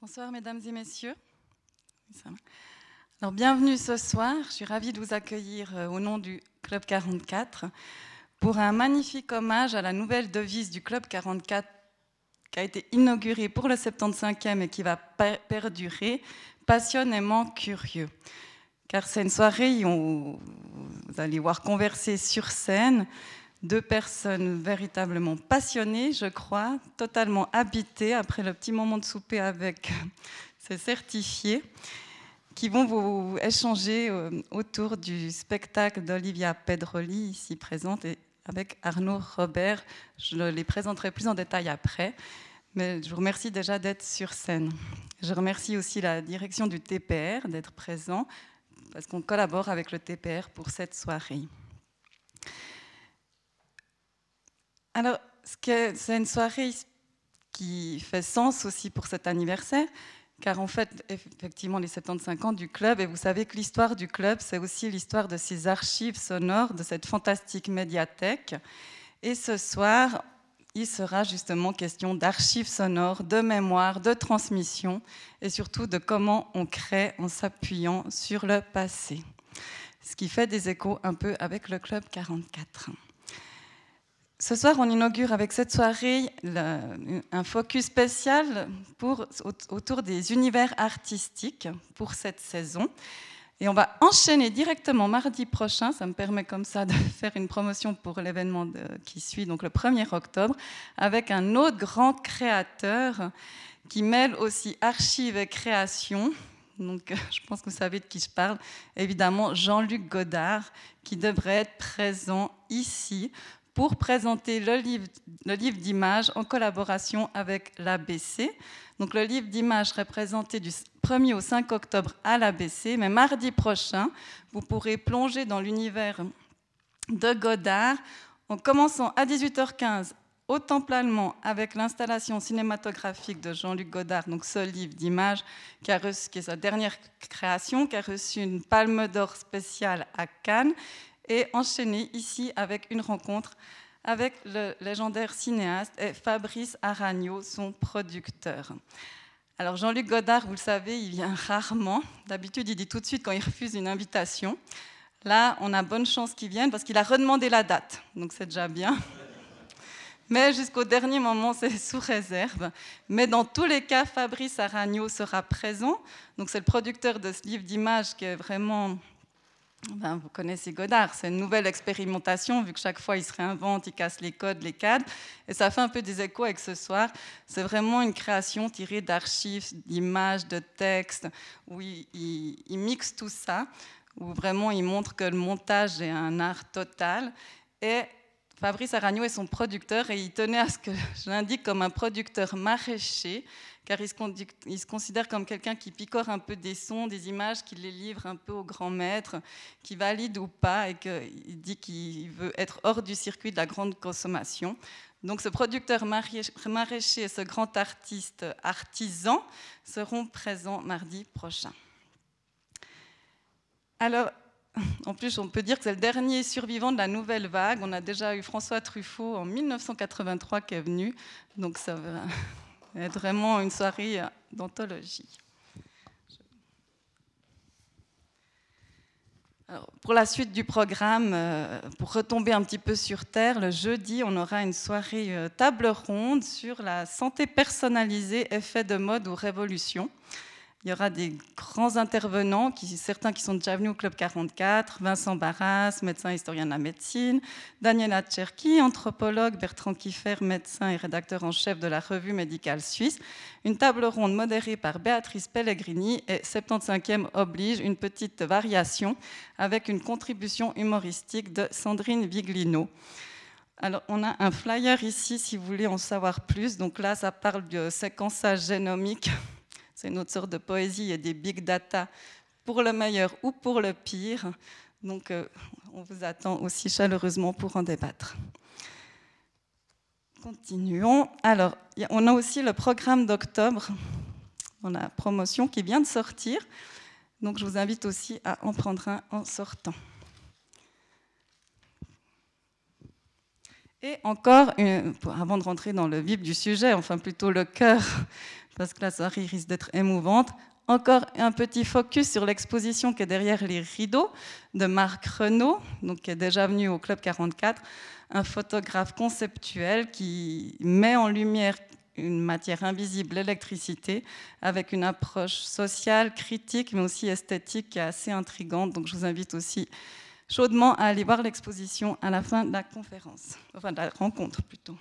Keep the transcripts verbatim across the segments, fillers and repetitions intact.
Bonsoir mesdames et messieurs. Alors, bienvenue ce soir, je suis ravie de vous accueillir au nom du Club quarante-quatre pour un magnifique hommage à la nouvelle devise du Club quarante-quatre qui a été inaugurée pour le septante-cinquième et qui va perdurer, passionnément curieux. Car c'est une soirée où vous allez voir converser sur scène deux personnes véritablement passionnées, je crois, totalement habitées après le petit moment de souper avec ces certifiés, qui vont vous échanger autour du spectacle d'Olivia Pedroli, ici présente, et avec Arnaud Robert. Je les présenterai plus en détail après, mais je vous remercie déjà d'être sur scène. Je remercie aussi la direction du T P R d'être présent, parce qu'on collabore avec le T P R pour cette soirée. Alors, c'est une soirée qui fait sens aussi pour cet anniversaire, car en fait, effectivement, les soixante-quinze ans du club, et vous savez que l'histoire du club, c'est aussi l'histoire de ces archives sonores, de cette fantastique médiathèque. Et ce soir, il sera justement question d'archives sonores, de mémoire, de transmission, et surtout de comment on crée en s'appuyant sur le passé. Ce qui fait des échos un peu avec le Club quarante-quatre. Ce soir, on inaugure avec cette soirée le, un focus spécial pour, autour des univers artistiques pour cette saison. Et on va enchaîner directement mardi prochain, ça me permet comme ça de faire une promotion pour l'événement qui suit, donc le premier octobre, avec un autre grand créateur qui mêle aussi archives et création. Donc, je pense que vous savez de qui je parle. Évidemment, Jean-Luc Godard, qui devrait être présent ici pour présenter le livre, le livre d'images en collaboration avec l'A B C. Donc le livre d'images serait présenté du premier au cinq octobre à l'A B C, mais mardi prochain, vous pourrez plonger dans l'univers de Godard en commençant à dix-huit heures quinze au Temple Allemand avec l'installation cinématographique de Jean-Luc Godard, donc ce livre d'images qui, a reçu, qui est sa dernière création, qui a reçu une palme d'or spéciale à Cannes, et enchaîner ici avec une rencontre avec le légendaire cinéaste et Fabrice Aragno, son producteur. Alors Jean-Luc Godard, vous le savez, il vient rarement. D'habitude, il dit tout de suite quand il refuse une invitation. Là, on a bonne chance qu'il vienne parce qu'il a redemandé la date, donc c'est déjà bien. Mais jusqu'au dernier moment, c'est sous réserve. Mais dans tous les cas, Fabrice Aragno sera présent. Donc c'est le producteur de ce livre d'images qui est vraiment... Ben, vous connaissez Godard, c'est une nouvelle expérimentation, vu que chaque fois il se réinvente, il casse les codes, les cadres, et ça fait un peu des échos avec ce soir. C'est vraiment une création tirée d'archives, d'images, de textes, où il, il, il mixe tout ça, où vraiment il montre que le montage est un art total. Et Fabrice Aragno est son producteur, et il tenait à ce que je l'indique comme un producteur maraîcher, car il se, il se considère comme quelqu'un qui picore un peu des sons, des images, qui les livre un peu au grand maître, qui valide ou pas, et qu'il dit qu'il veut être hors du circuit de la grande consommation. Donc ce producteur maraîcher et ce grand artiste artisan seront présents mardi prochain. Alors, en plus, on peut dire que c'est le dernier survivant de la nouvelle vague. On a déjà eu François Truffaut en mille neuf cent quatre-vingt-trois qui est venu, donc ça va être vraiment une soirée d'anthologie. Alors, pour la suite du programme, pour retomber un petit peu sur terre, le jeudi, on aura une soirée table ronde sur la santé personnalisée, effet de mode ou révolution. Il y aura des grands intervenants, qui, certains qui sont déjà venus au Club quarante-quatre, Vincent Barras, médecin historien de la médecine, Daniela Tcherki, anthropologue, Bertrand Kiffer, médecin et rédacteur en chef de la revue médicale suisse. Une table ronde modérée par Béatrice Pellegrini et soixante-quinzième oblige une petite variation avec une contribution humoristique de Sandrine Viglino. Alors, on a un flyer ici si vous voulez en savoir plus. Donc là, ça parle de séquençage génomique. C'est une autre sorte de poésie et des big data pour le meilleur ou pour le pire. Donc, euh, on vous attend aussi chaleureusement pour en débattre. Continuons. Alors, on a aussi le programme d'octobre, on a la promotion qui vient de sortir. Donc, je vous invite aussi à en prendre un en sortant. Et encore, une, avant de rentrer dans le vif du sujet, enfin plutôt le cœur parce que la soirée risque d'être émouvante. Encore un petit focus sur l'exposition qui est derrière les rideaux de Marc Renaud, donc qui est déjà venu au Club quarante-quatre, un photographe conceptuel qui met en lumière une matière invisible, l'électricité, avec une approche sociale, critique, mais aussi esthétique qui est assez intrigante. Donc je vous invite aussi chaudement à aller voir l'exposition à la fin de la conférence, enfin de la rencontre plutôt.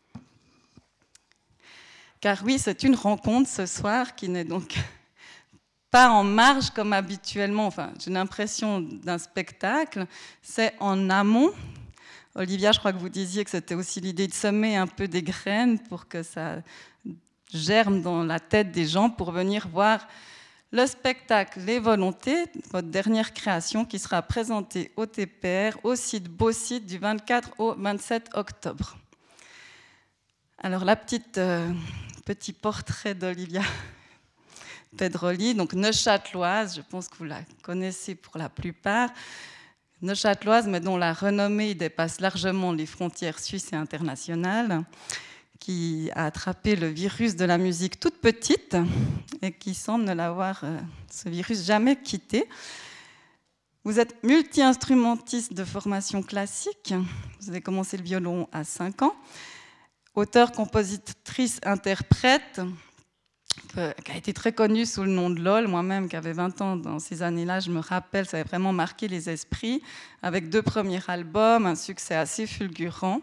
Car oui, c'est une rencontre ce soir qui n'est donc pas en marge comme habituellement, enfin j'ai l'impression d'un spectacle, c'est en amont. Olivia, je crois que vous disiez que c'était aussi l'idée de semer un peu des graines pour que ça germe dans la tête des gens pour venir voir le spectacle Les Volontés, votre dernière création qui sera présentée au T P R, au site Beau Site du vingt-quatre au vingt-sept octobre. Alors, la petite, euh, petit portrait d'Olivia Pedroli, donc neuchâteloise, je pense que vous la connaissez pour la plupart, neuchâteloise, mais dont la renommée dépasse largement les frontières suisses et internationales, qui a attrapé le virus de la musique toute petite et qui semble ne l'avoir, euh, ce virus, jamais quitté. Vous êtes multi-instrumentiste de formation classique, vous avez commencé le violon à cinq ans, auteur, compositrice, interprète, qui a été très connue sous le nom de Lol. Moi-même, qui avait vingt ans dans ces années-là, je me rappelle, ça avait vraiment marqué les esprits, avec deux premiers albums, un succès assez fulgurant,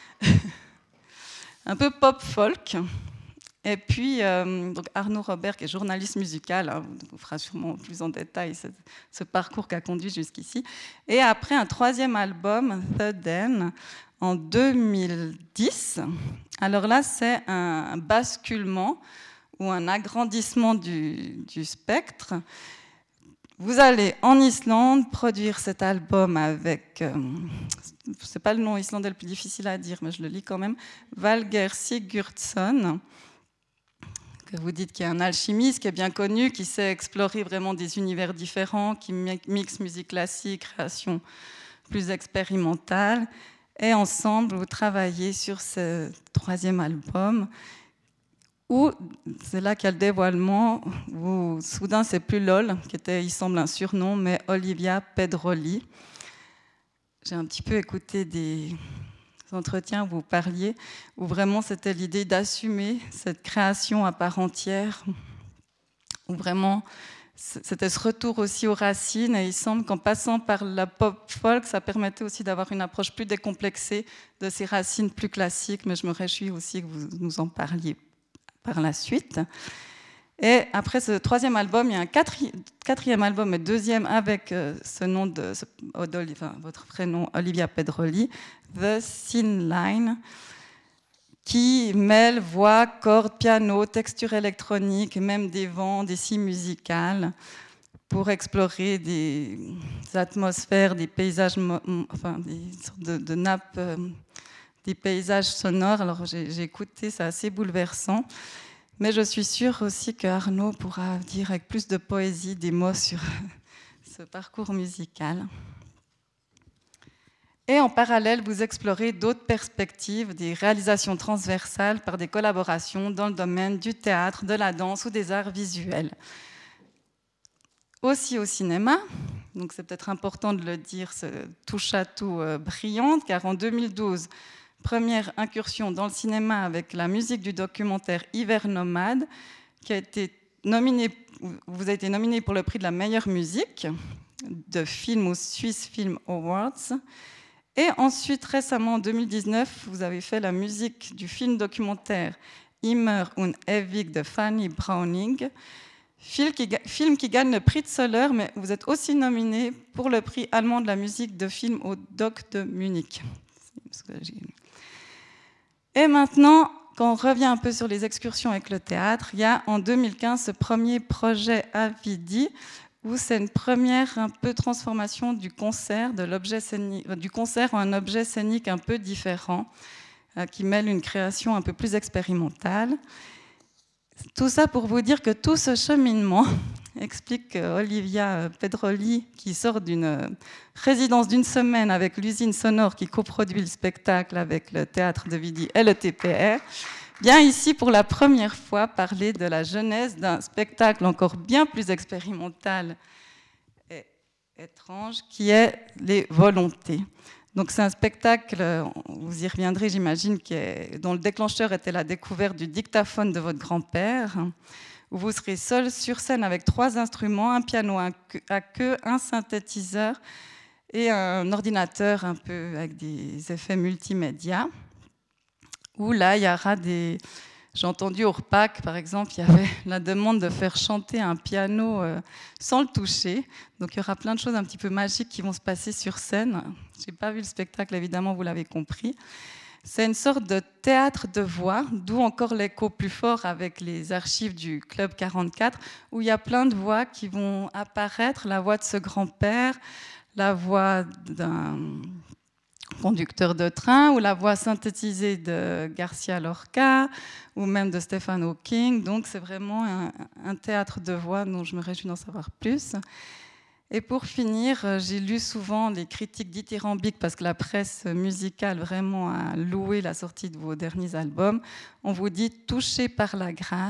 un peu pop-folk. Et puis, euh, donc Arnaud Robert, qui est journaliste musical, hein, vous fera sûrement plus en détail ce, ce parcours qui a conduit jusqu'ici. Et après, un troisième album, The Den, en deux mille dix. Alors là, c'est un basculement ou un agrandissement du, du spectre. Vous allez en Islande produire cet album avec, euh, c'est pas le nom islandais le plus difficile à dire, mais je le lis quand même, Valgeir Sigurdsson, que vous dites qu'il est un alchimiste, qui est bien connu, qui sait explorer vraiment des univers différents, qui mixe musique classique, création plus expérimentale. Et ensemble, vous travaillez sur ce troisième album, où, c'est là qu'il y a le dévoilement, où soudain c'est plus Lol, qui était, il semble, un surnom, mais Olivia Pedroli. J'ai un petit peu écouté des entretiens où vous parliez, où vraiment c'était l'idée d'assumer cette création à part entière, où vraiment c'était ce retour aussi aux racines, et il semble qu'en passant par la pop-folk, ça permettait aussi d'avoir une approche plus décomplexée de ces racines plus classiques, mais je me réjouis aussi que vous nous en parliez par la suite. Et après ce troisième album, il y a un quatri- quatrième album et deuxième avec euh, ce nom de ce, enfin, votre prénom Olivia Pedroli, The Thin Line, qui mêle voix, cordes, piano, texture électronique, même des vents, des scies musicales, pour explorer des atmosphères, des paysages, enfin des sortes de, de nappes, euh, des paysages sonores. Alors j'ai, j'ai écouté, c'est assez bouleversant. Mais je suis sûre aussi que Arnaud pourra dire avec plus de poésie des mots sur ce parcours musical. Et en parallèle, vous explorez d'autres perspectives, des réalisations transversales par des collaborations dans le domaine du théâtre, de la danse ou des arts visuels. Aussi au cinéma, donc c'est peut-être important de le dire, ce touche-à-tout euh, brillante, car en deux mille douze, première incursion dans le cinéma avec la musique du documentaire Hiver nomade, qui a été nominé, vous avez été nominé pour le prix de la meilleure musique de film aux Swiss Film Awards. Et ensuite, récemment, en deux mille dix-neuf, vous avez fait la musique du film documentaire Immer und ewig de Fanny Browning, film qui, film qui gagne le prix de Soler, mais vous êtes aussi nominé pour le prix allemand de la musique de film au Doc de Munich. Et maintenant, quand on revient un peu sur les excursions avec le théâtre, il y a en deux mille quinze ce premier projet Avidi, où c'est une première un peu transformation du concert, de l'objet scénique, du concert en un objet scénique un peu différent, euh, qui mêle une création un peu plus expérimentale. Tout ça pour vous dire que tout ce cheminement explique qu'Olivia Pedroli, qui sort d'une résidence d'une semaine avec l'usine sonore qui coproduit le spectacle avec le théâtre de Vidi et le T P R, viens ici pour la première fois parler de la genèse d'un spectacle encore bien plus expérimental et étrange, qui est Les Volontés. Donc c'est un spectacle, vous y reviendrez j'imagine, qui est, dont le déclencheur était la découverte du dictaphone de votre grand-père, où vous serez seul sur scène avec trois instruments, un piano à queue, un synthétiseur et un ordinateur un peu avec des effets multimédia. Où là, il y aura des... J'ai entendu au repas, par exemple, il y avait la demande de faire chanter un piano euh, sans le toucher. Donc il y aura plein de choses un petit peu magiques qui vont se passer sur scène. Je n'ai pas vu le spectacle, évidemment, vous l'avez compris. C'est une sorte de théâtre de voix, d'où encore l'écho plus fort avec les archives du Club quarante-quatre, où il y a plein de voix qui vont apparaître, la voix de ce grand-père, la voix d'un conducteur de train, ou la voix synthétisée de Garcia Lorca, ou même de Stephen Hawking. Donc c'est vraiment un, un théâtre de voix dont je me réjouis d'en savoir plus. Et pour finir, j'ai lu souvent les critiques dithyrambiques parce que la presse musicale vraiment a loué la sortie de vos derniers albums. On vous dit « touché par la grâce ».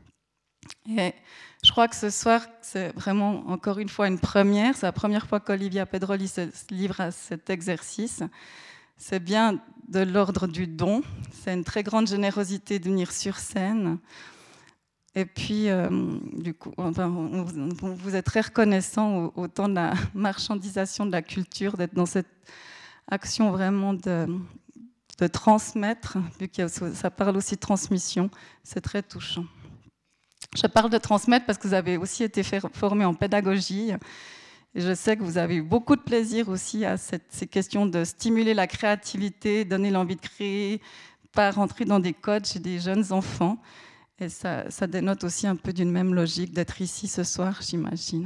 Et je crois que ce soir, c'est vraiment encore une fois une première. C'est la première fois qu'Olivia Pedroli se livre à cet exercice. C'est bien de l'ordre du don. C'est une très grande générosité de venir sur scène. Et puis, euh, du coup, enfin, on, on, vous êtes très reconnaissant au, au temps de la marchandisation de la culture, d'être dans cette action vraiment de, de transmettre, vu que ça parle aussi de transmission. C'est très touchant. Je parle de transmettre parce que vous avez aussi été formé en pédagogie. Et je sais que vous avez eu beaucoup de plaisir aussi à cette, ces questions de stimuler la créativité, donner l'envie de créer, pas rentrer dans des codes chez des jeunes enfants. Et ça, ça dénote aussi un peu d'une même logique d'être ici ce soir, j'imagine.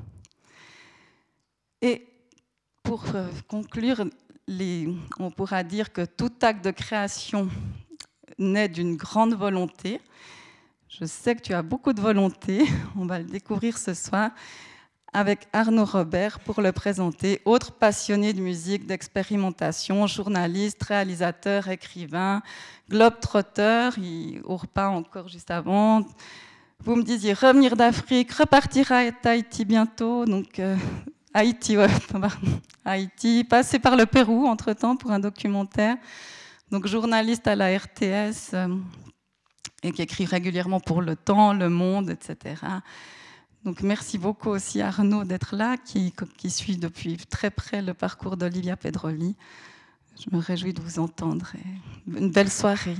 Et pour conclure, les, on pourra dire que tout acte de création naît d'une grande volonté. Je sais que tu as beaucoup de volonté, on va le découvrir ce soir avec Arnaud Robert pour le présenter, autre passionné de musique, d'expérimentation, journaliste, réalisateur, écrivain, globe-trotteur, il, au repas encore juste avant. Vous me disiez revenir d'Afrique, repartir à Haïti bientôt, donc euh, Haïti, ouais, Haïti, passer par le Pérou entre-temps pour un documentaire, donc journaliste à la R T S euh, et qui écrit régulièrement pour Le Temps, Le Monde, et cetera. Donc merci beaucoup aussi Arnaud d'être là, qui, qui suit depuis très près le parcours d'Olivia Pedroli. Je me réjouis de vous entendre. Et une belle soirée.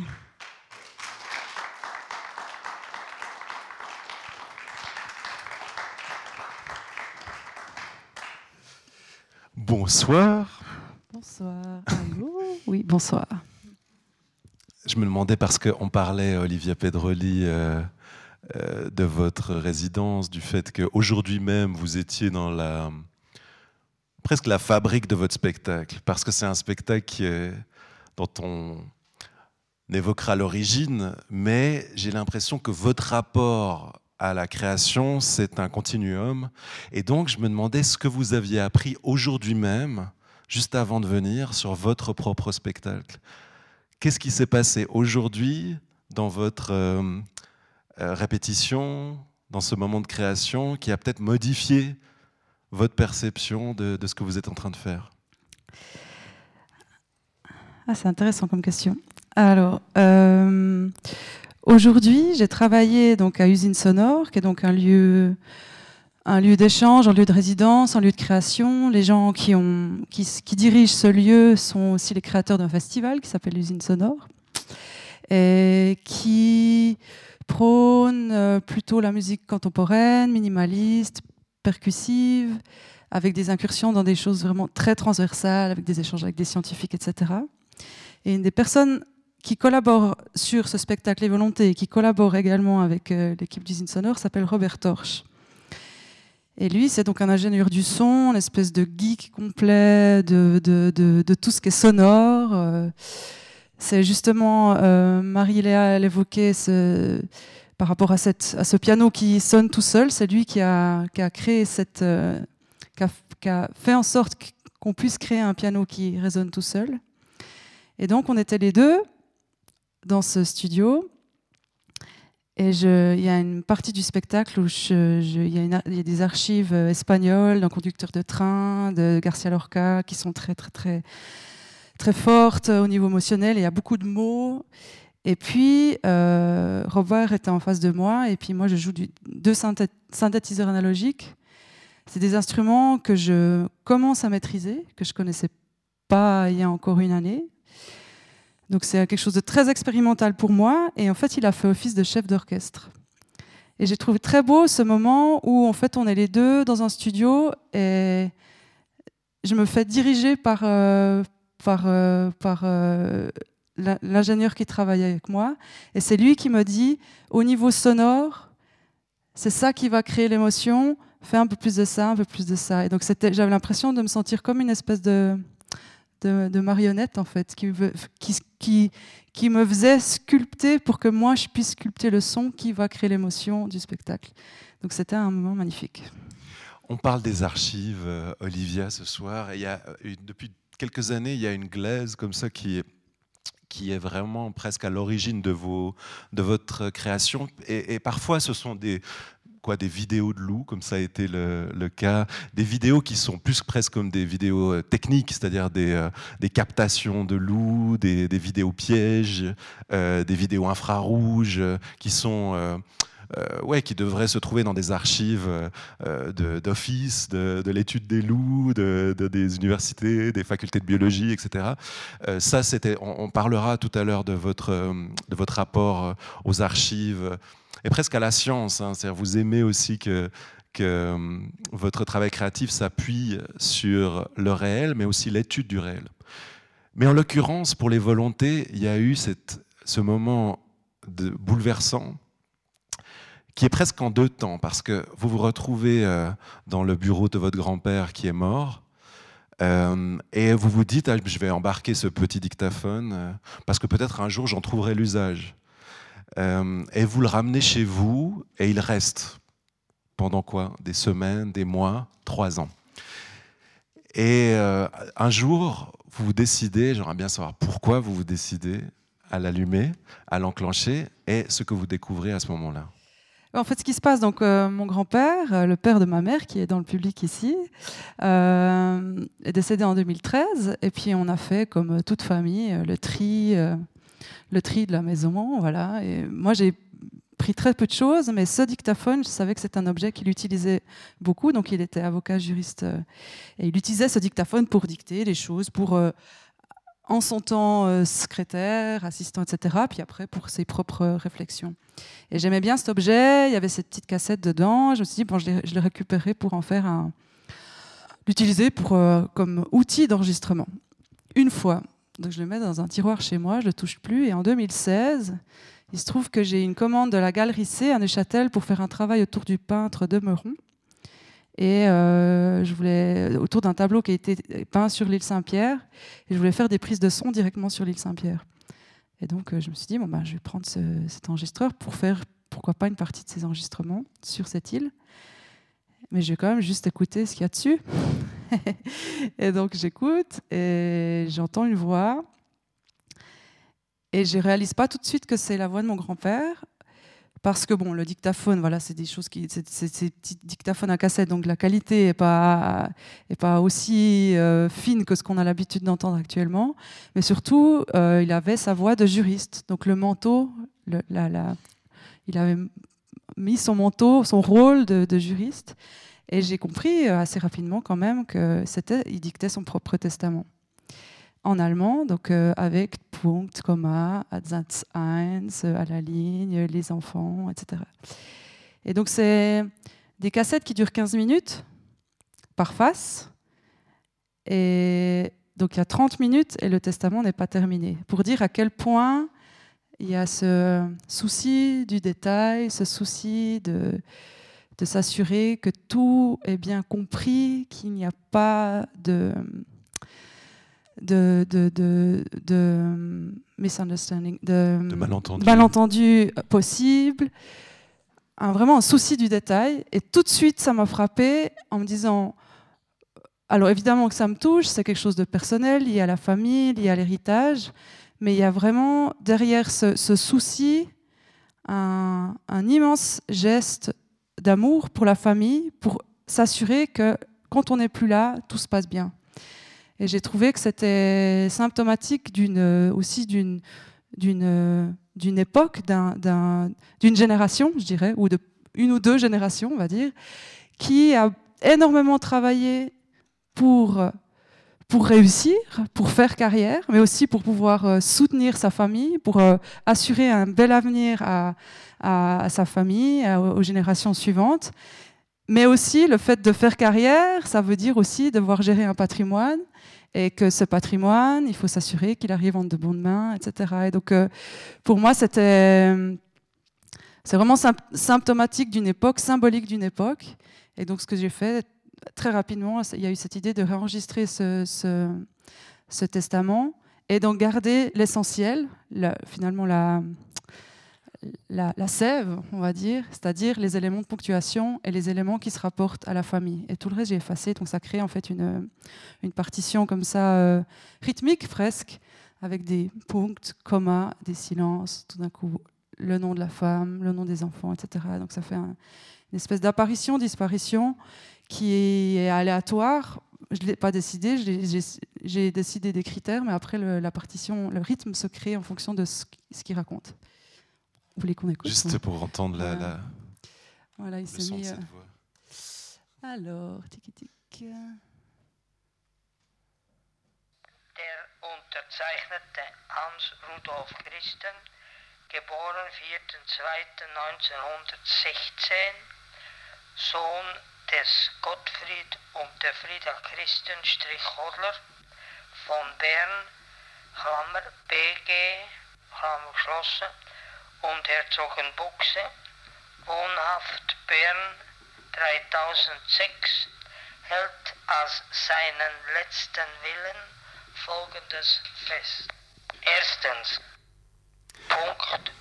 Bonsoir. Bonsoir. Allô ? Oui, bonsoir. Je me demandais, parce qu'on parlait, Olivia Pedroli, euh, euh, de votre résidence, du fait qu'aujourd'hui même, vous étiez dans la, presque la fabrique de votre spectacle, parce que c'est un spectacle qui est, dont on évoquera l'origine, mais j'ai l'impression que votre rapport à la création, c'est un continuum. Et donc, je me demandais ce que vous aviez appris aujourd'hui même, juste avant de venir, sur votre propre spectacle. Qu'est-ce qui s'est passé aujourd'hui dans votre euh, euh, répétition, dans ce moment de création, qui a peut-être modifié votre perception de, de ce que vous êtes en train de faire ? Ah, c'est intéressant comme question. Alors, euh, aujourd'hui, j'ai travaillé donc à Usine Sonore, qui est donc un lieu, un lieu d'échange, un lieu de résidence, un lieu de création. Les gens qui, ont, qui, qui dirigent ce lieu sont aussi les créateurs d'un festival qui s'appelle Usine Sonore, et qui prône plutôt la musique contemporaine, minimaliste, percussive, avec des incursions dans des choses vraiment très transversales, avec des échanges avec des scientifiques, et cetera. Et une des personnes qui collabore sur ce spectacle Les Volontés et qui collabore également avec euh, l'équipe d'Usine Sonore s'appelle Robert Torch. Et lui, c'est donc un ingénieur du son, une espèce de geek complet de, de, de, de tout ce qui est sonore. Euh, c'est justement, euh, Marie-Léa l'évoquait ce, par rapport à, cette, à ce piano qui sonne tout seul. C'est lui qui a, qui a créé cette... Euh, qui, a, qui a fait en sorte qu'on puisse créer un piano qui résonne tout seul. Et donc, on était les deux dans ce studio. Et je, il y a une partie du spectacle où je, je, il, y a une, il y a des archives espagnoles d'un conducteur de train, de Garcia Lorca, qui sont très, très, très, très fortes au niveau émotionnel. Et il y a beaucoup de mots. Et puis, euh, Robert était en face de moi. Et puis, moi, je joue du, deux synthétiseurs analogiques. C'est des instruments que je commence à maîtriser, que je ne connaissais pas il y a encore une année. Donc c'est quelque chose de très expérimental pour moi. Et en fait, il a fait office de chef d'orchestre. Et j'ai trouvé très beau ce moment où en fait on est les deux dans un studio et je me fais diriger par, euh, par, euh, par euh, l'ingénieur qui travaille avec moi. Et c'est lui qui me dit, au niveau sonore, c'est ça qui va créer l'émotion. Fais un peu plus de ça, un peu plus de ça. Et donc j'avais l'impression de me sentir comme une espèce de... De, de marionnette en fait, qui, qui, qui, qui me faisait sculpter pour que moi je puisse sculpter le son qui va créer l'émotion du spectacle. Donc c'était un moment magnifique. On parle des archives, euh, Olivia, ce soir. Et il y a, euh, depuis quelques années, il y a une glaise comme ça qui est, qui est vraiment presque à l'origine de, vos, de votre création. Et, et parfois, ce sont des... Quoi, des vidéos de loups, comme ça a été le, le cas, des vidéos qui sont plus presque comme des vidéos techniques, c'est-à-dire des, euh, des captations de loups, des, des vidéos pièges, euh, des vidéos infrarouges, euh, qui sont... Euh, Euh, ouais, qui devraient se trouver dans des archives euh, de, d'office, de, de l'étude des loups, de, de, des universités, des facultés de biologie, et cetera. Euh, ça, c'était, on, on parlera tout à l'heure de votre, de votre rapport aux archives et presque à la science. Hein. C'est-à-dire, vous aimez aussi que, que euh, votre travail créatif s'appuie sur le réel, mais aussi l'étude du réel. Mais en l'occurrence, pour les volontés, il y a eu cette, ce moment de, bouleversant qui est presque en deux temps, parce que vous vous retrouvez euh, dans le bureau de votre grand-père qui est mort, euh, et vous vous dites, ah, je vais embarquer ce petit dictaphone, euh, parce que peut-être un jour j'en trouverai l'usage. Euh, et vous le ramenez chez vous, et il reste pendant quoi? Des semaines, des mois, trois ans. Et euh, un jour, vous vous décidez, j'aimerais bien savoir pourquoi vous vous décidez à l'allumer, à l'enclencher, et ce que vous découvrez à ce moment-là. En fait, ce qui se passe, donc, euh, mon grand-père, euh, le père de ma mère, qui est dans le public ici, euh, est décédé en deux mille treize. Et puis, on a fait, comme toute famille, euh, le tri, euh, le tri de la maison. Voilà. Et moi, j'ai pris très peu de choses, mais ce dictaphone, je savais que c'est un objet qu'il utilisait beaucoup. Donc, il était avocat, juriste, euh, et il utilisait ce dictaphone pour dicter des choses, pour... Euh, en son temps euh, secrétaire, assistant, et cetera, puis après pour ses propres réflexions. Et j'aimais bien cet objet, il y avait cette petite cassette dedans, je me suis dit, bon, je l'ai, je l'ai récupéré pour en faire un... l'utiliser pour, euh, comme outil d'enregistrement. Une fois, donc je le mets dans un tiroir chez moi, je ne le touche plus, et en deux mille seize, il se trouve que j'ai une commande de la Galerie C à Neuchâtel pour faire un travail autour du peintre Demeuron. Et euh, je voulais, autour d'un tableau qui a été peint sur l'île Saint-Pierre, et je voulais faire des prises de son directement sur l'île Saint-Pierre. Et donc, euh, je me suis dit, bon, ben, je vais prendre ce, cet enregistreur pour faire, pourquoi pas, une partie de ces enregistrements sur cette île. Mais je vais quand même juste écouter ce qu'il y a dessus. Et donc, j'écoute, et j'entends une voix, et je ne réalise pas tout de suite que c'est la voix de mon grand-père. Parce que bon, le dictaphone, voilà, c'est des choses qui, c'est, c'est, c'est des petits dictaphones à cassette, donc la qualité n'est pas, est pas aussi euh, fine que ce qu'on a l'habitude d'entendre actuellement. Mais surtout, euh, il avait sa voix de juriste, donc le manteau, le, la, la, il avait mis son manteau, son rôle de, de juriste, et j'ai compris assez rapidement quand même que c'était, il dictait son propre testament. En allemand, donc euh, avec Punkt, Komma, Absatz un, à la ligne, les enfants, et cetera. Et donc c'est des cassettes qui durent quinze minutes par face. Et donc il y a trente minutes et le testament n'est pas terminé. Pour dire à quel point il y a ce souci du détail, ce souci de, de s'assurer que tout est bien compris, qu'il n'y a pas de... de, de, de, de misunderstanding, de, de malentendu. malentendu possible, un, vraiment un souci du détail. Et tout de suite, ça m'a frappée en me disant, alors évidemment que ça me touche, c'est quelque chose de personnel, lié à la famille, lié à l'héritage, mais il y a vraiment derrière ce, ce souci un, un immense geste d'amour pour la famille, pour s'assurer que quand on n'est plus là, tout se passe bien. Et j'ai trouvé que c'était symptomatique d'une, aussi d'une, d'une, d'une époque, d'un, d'un, d'une génération, je dirais, ou de une ou deux générations, on va dire, qui a énormément travaillé pour, pour réussir, pour faire carrière, mais aussi pour pouvoir euh, soutenir sa famille, pour euh, assurer un bel avenir à, à, à sa famille, à, aux générations suivantes. Mais aussi, le fait de faire carrière, ça veut dire aussi devoir gérer un patrimoine, et que ce patrimoine, il faut s'assurer qu'il arrive en de bonnes mains, et cetera. Et donc, euh, pour moi, c'était, c'est vraiment symptomatique d'une époque, symbolique d'une époque. Et donc, ce que j'ai fait, très rapidement, il y a eu cette idée de réenregistrer ce, ce, ce testament et d'en garder l'essentiel, la, finalement la, la, la sève, on va dire, c'est-à-dire les éléments de ponctuation et les éléments qui se rapportent à la famille. Et tout le reste, j'ai effacé. Donc, ça crée en fait une, une partition comme ça, euh, rythmique presque, avec des poncts, commas, des silences, tout d'un coup, le nom de la femme, le nom des enfants, et cetera. Donc, ça fait un, une espèce d'apparition, disparition qui est aléatoire. Je ne l'ai pas décidé, j'ai décidé des critères, mais après, le, la partition, le rythme se crée en fonction de ce, ce qu'il raconte. Vous voulez qu'on écoute? Juste pour entendre la, voilà. la... Voilà, il le s'est son mis. de Euh... cette voix. Alors, tiki tic. Der unterzeichnete Hans Rudolf Christen, geboren vierter zweiter neunzehnhundertsechzehn, Sohn des Gottfried und der Frieda Christen Strich-Horler von Bern, Klammer B G, Klammer geschlossen, und Herzogenbuchse, wohnhaft Bern dreitausendsechs, hält als seinen letzten Willen folgendes fest. Erstens, Punkt.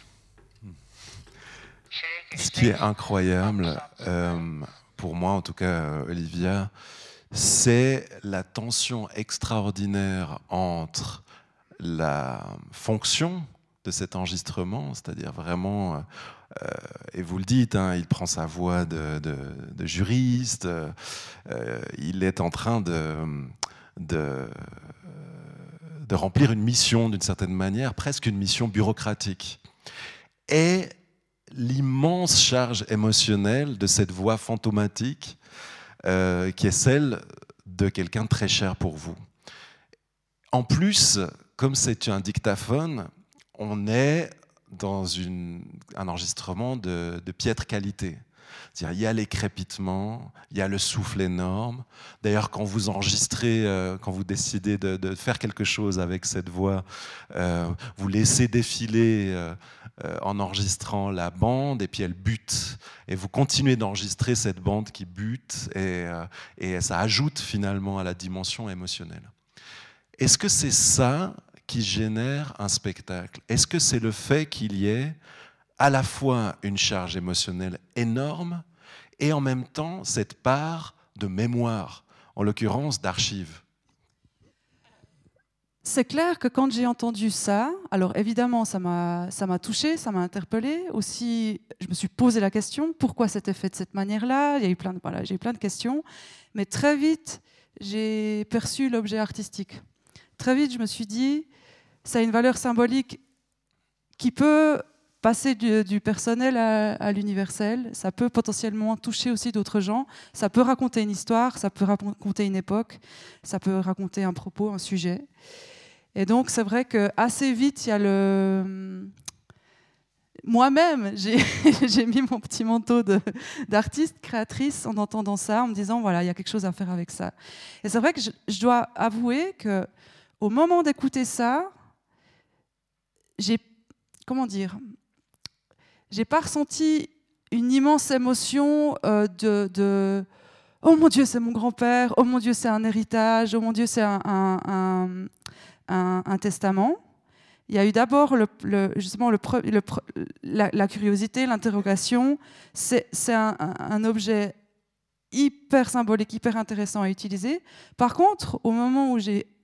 Ce qui est incroyable, euh, pour moi en tout cas, Olivia, c'est la tension extraordinaire entre la fonction de cet enregistrement, c'est-à-dire vraiment, euh, et vous le dites, hein, il prend sa voix de, de, de juriste, euh, il est en train de, de, de remplir une mission d'une certaine manière, presque une mission bureaucratique. Et l'immense charge émotionnelle de cette voix fantomatique euh, qui est celle de quelqu'un de très cher pour vous. En plus, comme c'est un dictaphone, on est dans une, un enregistrement de, de piètre qualité. C'est-à-dire, il y a les crépitements, il y a le souffle énorme. D'ailleurs, quand vous enregistrez, euh, quand vous décidez de, de faire quelque chose avec cette voix, euh, vous laissez défiler euh, euh, en enregistrant la bande, et puis elle bute. Et vous continuez d'enregistrer cette bande qui bute, et, euh, et ça ajoute finalement à la dimension émotionnelle. Est-ce que c'est ça qui génère un spectacle? Est-ce que c'est le fait qu'il y ait à la fois une charge émotionnelle énorme et en même temps cette part de mémoire, en l'occurrence d'archives? C'est clair que quand j'ai entendu ça, alors évidemment ça m'a ça m'a touchée, ça m'a interpellée. Aussi, je me suis posé la question pourquoi c'était fait de cette manière-là. Il y a eu plein de voilà, j'ai eu plein de questions, mais très vite j'ai perçu l'objet artistique. Très vite, je me suis dit ça a une valeur symbolique qui peut passer du, du personnel à, à l'universel, ça peut potentiellement toucher aussi d'autres gens, ça peut raconter une histoire, ça peut raconter une époque, ça peut raconter un propos, un sujet. Et donc c'est vrai qu'assez vite, il y a le... Moi-même, j'ai, j'ai mis mon petit manteau de, d'artiste, créatrice, en entendant ça, en me disant, voilà, il y a quelque chose à faire avec ça. Et c'est vrai que je, je dois avouer qu'au moment d'écouter ça, j'ai... Comment dire ? J'ai pas ressenti une immense émotion euh, de, de « Oh mon Dieu, c'est mon grand-père »,« Oh mon Dieu, c'est un héritage »,« Oh mon Dieu, c'est un, un, un, un, un testament ». Il y a eu d'abord le, le, justement le, le, la, la curiosité, l'interrogation. C'est, c'est un, un objet hyper symbolique, hyper intéressant à utiliser. Par contre, au moment où j'ai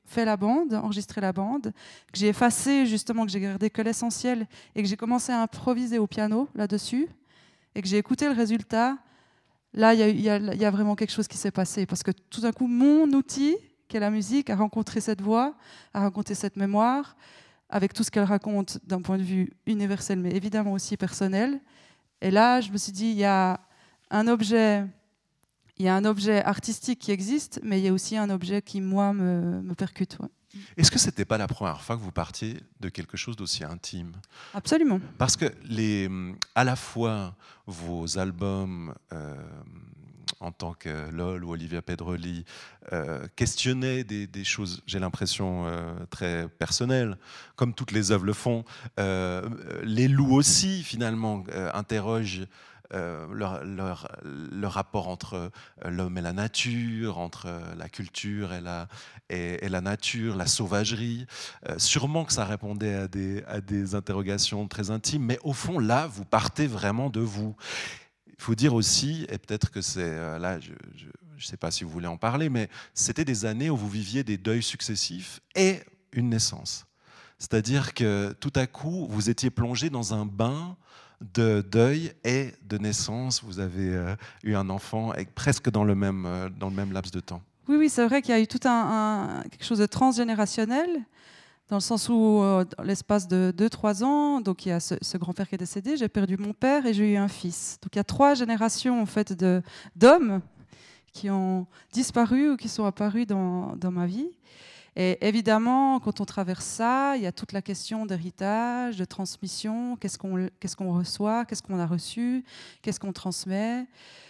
fait la bande, enregistré la bande, que j'ai effacé justement, que j'ai gardé que l'essentiel et que j'ai commencé à improviser au piano là-dessus et que j'ai écouté le résultat, là, il y, y, y a vraiment quelque chose qui s'est passé parce que tout d'un coup, mon outil, qui est la musique, a rencontré cette voix, a rencontré cette mémoire, avec tout ce qu'elle raconte d'un point de vue universel, mais évidemment aussi personnel. Et là, je me suis dit, il y a un objet... Il y a un objet artistique qui existe, mais il y a aussi un objet qui, moi, me, me percute. Ouais. Est-ce que ce n'était pas la première fois que vous partiez de quelque chose d'aussi intime ? Absolument. Parce que les, à la fois vos albums euh, en tant que Lol ou Olivia Pedroli euh, questionnaient des, des choses, j'ai l'impression, euh, très personnelles, comme toutes les œuvres le font. Euh, les loups aussi, finalement, euh, interrogent Euh, leur, leur, le rapport entre euh, l'homme et la nature, entre euh, la culture et la, et, et la nature, la sauvagerie. Euh, sûrement que ça répondait à des, à des interrogations très intimes, mais au fond, là, vous partez vraiment de vous. Il faut dire aussi, et peut-être que c'est... Euh, là, je ne sais pas si vous voulez en parler, mais c'était des années où vous viviez des deuils successifs et une naissance. C'est-à-dire que tout à coup, vous étiez plongé dans un bain de deuil et de naissance. Vous avez euh, eu un enfant et presque dans le même, euh, dans le même laps de temps. Oui, oui, c'est vrai qu'il y a eu tout un, un, quelque chose de transgénérationnel, dans le sens où, euh, dans l'espace de deux trois ans, donc il y a ce, ce grand-père qui est décédé, j'ai perdu mon père et j'ai eu un fils. Donc il y a trois générations en fait, de, d'hommes qui ont disparu ou qui sont apparus dans, dans ma vie. Et évidemment, quand on traverse ça, il y a toute la question d'héritage, de transmission, qu'est-ce qu'on, qu'est-ce qu'on reçoit, qu'est-ce qu'on a reçu, qu'est-ce qu'on transmet,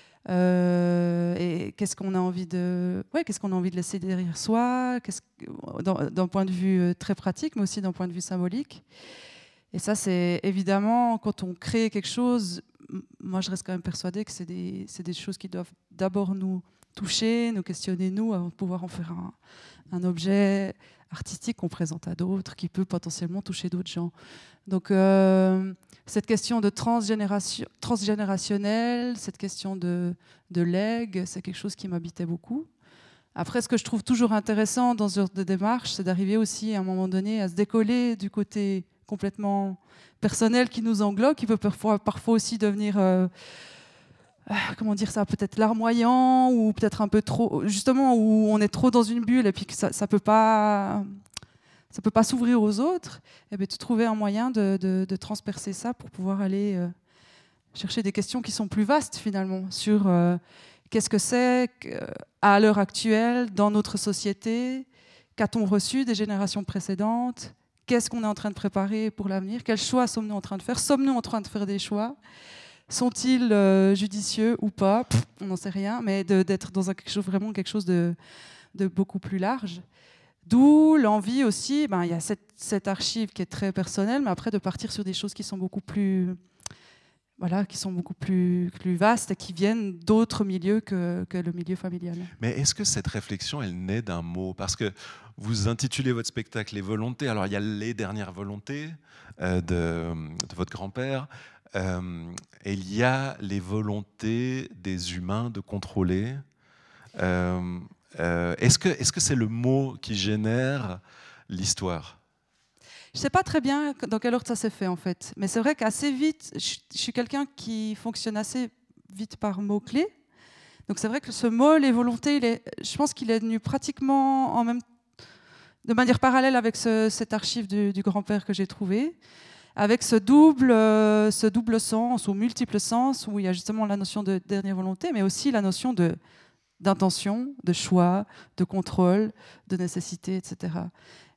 euh, et qu'est-ce qu'on a envie de, ouais, qu'est-ce qu'on a envie de laisser derrière soi, qu'est-ce, d'un, d'un point de vue très pratique, mais aussi d'un point de vue symbolique. Et ça, c'est évidemment, quand on crée quelque chose, moi je reste quand même persuadée que c'est des, c'est des choses qui doivent d'abord nous toucher, nous questionner nous, avant de pouvoir en faire un, un objet artistique qu'on présente à d'autres, qui peut potentiellement toucher d'autres gens. Donc euh, cette question de transgénération, transgénérationnelle, cette question de, de legs, c'est quelque chose qui m'habitait beaucoup. Après, ce que je trouve toujours intéressant dans ce genre de démarche, c'est d'arriver aussi à un moment donné à se décoller du côté complètement personnel qui nous englobe, qui peut parfois, parfois aussi devenir... Euh, comment dire ça, peut-être larmoyant ou peut-être un peu trop, justement où on est trop dans une bulle et puis que ça, ça peut pas, ça peut pas s'ouvrir aux autres. Et bien, de trouver un moyen de, de, de transpercer ça pour pouvoir aller euh, chercher des questions qui sont plus vastes finalement sur euh, qu'est-ce que c'est à l'heure actuelle dans notre société, qu'a-t-on reçu des générations précédentes, qu'est-ce qu'on est en train de préparer pour l'avenir, quels choix sommes-nous en train de faire, sommes-nous en train de faire des choix? Sont-ils euh, judicieux ou pas? Pff, on n'en sait rien, mais de, d'être dans un, quelque chose, vraiment quelque chose de, de beaucoup plus large. D'où l'envie aussi, ben, il y a cette, cette archive qui est très personnelle, mais après de partir sur des choses qui sont beaucoup plus, voilà, qui sont beaucoup plus, plus vastes et qui viennent d'autres milieux que, que le milieu familial. Mais est-ce que cette réflexion, elle naît d'un mot? Parce que vous intitulez votre spectacle Les Volontés. Alors il y a les dernières volontés euh, de, de votre grand-père. Euh, et il y a les volontés des humains de contrôler. Euh, euh, est-ce que, est-ce que c'est le mot qui génère l'histoire? Je ne sais pas très bien dans quel ordre ça s'est fait en fait, mais c'est vrai qu'assez vite, je, je suis quelqu'un qui fonctionne assez vite par mots-clés. Donc c'est vrai que ce mot, les volontés, il est, je pense qu'il est venu pratiquement en même, de manière parallèle avec ce, cette archive du, du grand-père que j'ai trouvé, avec ce double, euh, ce double sens ou multiple sens où il y a justement la notion de dernière volonté, mais aussi la notion de, d'intention, de choix, de contrôle, de nécessité, et cetera.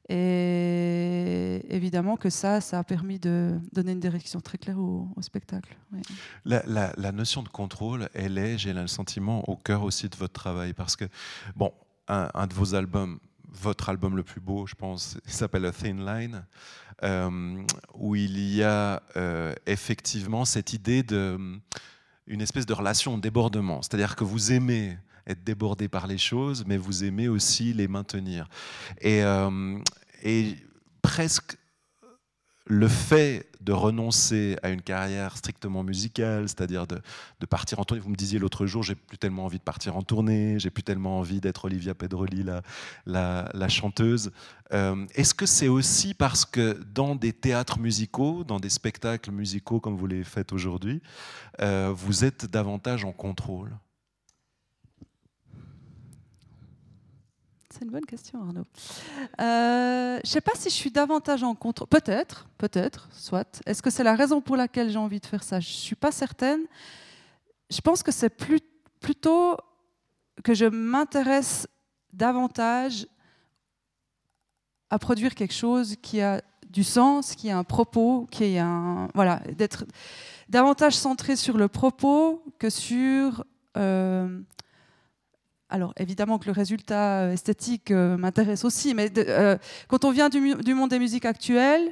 Et évidemment que ça, ça a permis de donner une direction très claire au, au spectacle. Oui. La, la, la notion de contrôle, elle est, j'ai le sentiment, au cœur aussi de votre travail, parce que, bon, un, un de vos albums, votre album le plus beau, je pense, il s'appelle A Thin Line, euh, où il y a euh, effectivement cette idée de une espèce de relation de débordement, c'est-à-dire que vous aimez être débordé par les choses, mais vous aimez aussi les maintenir. Et, euh, et presque le fait de renoncer à une carrière strictement musicale, c'est-à-dire de, de partir en tournée, vous me disiez l'autre jour, j'ai plus tellement envie de partir en tournée, j'ai plus tellement envie d'être Olivia Pedroli, la, la, la chanteuse. Euh, est-ce que c'est aussi parce que dans des théâtres musicaux, dans des spectacles musicaux comme vous les faites aujourd'hui, euh, vous êtes davantage en contrôle ? C'est une bonne question, Arnaud. Euh, je ne sais pas si je suis davantage en contrôle. Peut-être, peut-être, soit. Est-ce que c'est la raison pour laquelle j'ai envie de faire ça ? Je ne suis pas certaine. Je pense que c'est plus, plutôt que je m'intéresse davantage à produire quelque chose qui a du sens, qui a un propos, qui a un... Voilà, d'être davantage centré sur le propos que sur... Euh, Alors, évidemment que le résultat esthétique euh, m'intéresse aussi, mais de, euh, quand on vient du, du monde des musiques actuelles,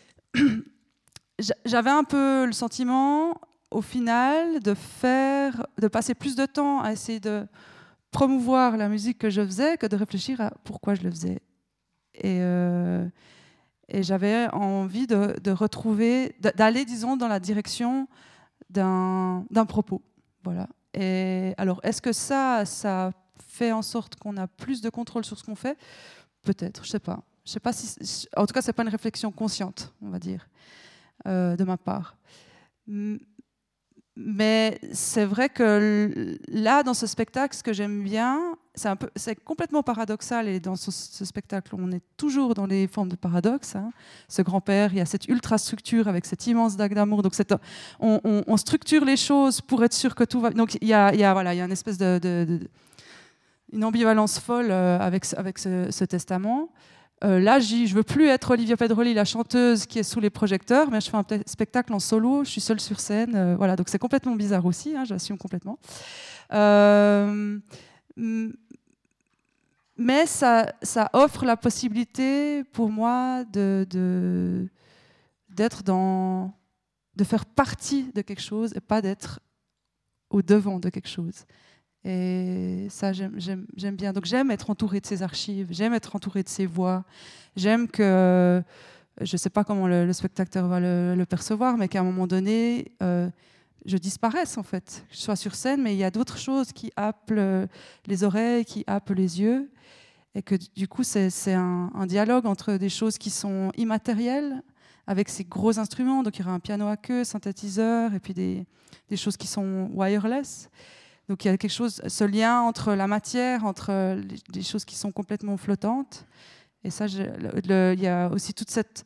j'avais un peu le sentiment, au final, de faire, de passer plus de temps à essayer de promouvoir la musique que je faisais que de réfléchir à pourquoi je le faisais. Et, euh, et j'avais envie de, de retrouver, d'aller, disons, dans la direction d'un, d'un propos. Voilà. Et alors, est-ce que ça, ça fait en sorte qu'on a plus de contrôle sur ce qu'on fait ? Peut-être, je ne sais pas. Je sais pas si, en tout cas, ce n'est pas une réflexion consciente, on va dire, euh, de ma part. Mais c'est vrai que là, dans ce spectacle, ce que j'aime bien, c'est, un peu, c'est complètement paradoxal, et dans ce, ce spectacle, on est toujours dans les formes de paradoxe. Hein. Ce grand-père, il y a cette ultra-structure avec cette immense dague d'amour. Donc, c'est, on, on, on structure les choses pour être sûr que tout va... Donc, il y a, il y a, voilà, il y a une espèce de... de, de une ambivalence folle euh, avec, avec ce, ce testament. Euh, là, je ne veux plus être Olivia Pedroli, la chanteuse qui est sous les projecteurs, mais je fais un spectacle en solo, je suis seule sur scène. Euh, voilà, donc c'est complètement bizarre aussi, hein, j'assume complètement. Euh, mais ça, ça offre la possibilité pour moi de, de, d'être dans, de faire partie de quelque chose et pas d'être au devant de quelque chose. Et ça, j'aime, j'aime, j'aime bien. Donc, j'aime être entourée de ces archives, j'aime être entourée de ces voix. J'aime que, je ne sais pas comment le, le spectateur va le, le percevoir, mais qu'à un moment donné, euh, je disparaisse, en fait. Je sois sur scène, mais il y a d'autres choses qui happent les oreilles, qui happent les yeux. Et que, du coup, c'est, c'est un, un dialogue entre des choses qui sont immatérielles, avec ces gros instruments. Donc, il y aura un piano à queue, synthétiseur, et puis des, des choses qui sont wireless. Donc il y a quelque chose, ce lien entre la matière, entre les, les choses qui sont complètement flottantes. Et ça, je, le, le, il y a aussi toute cette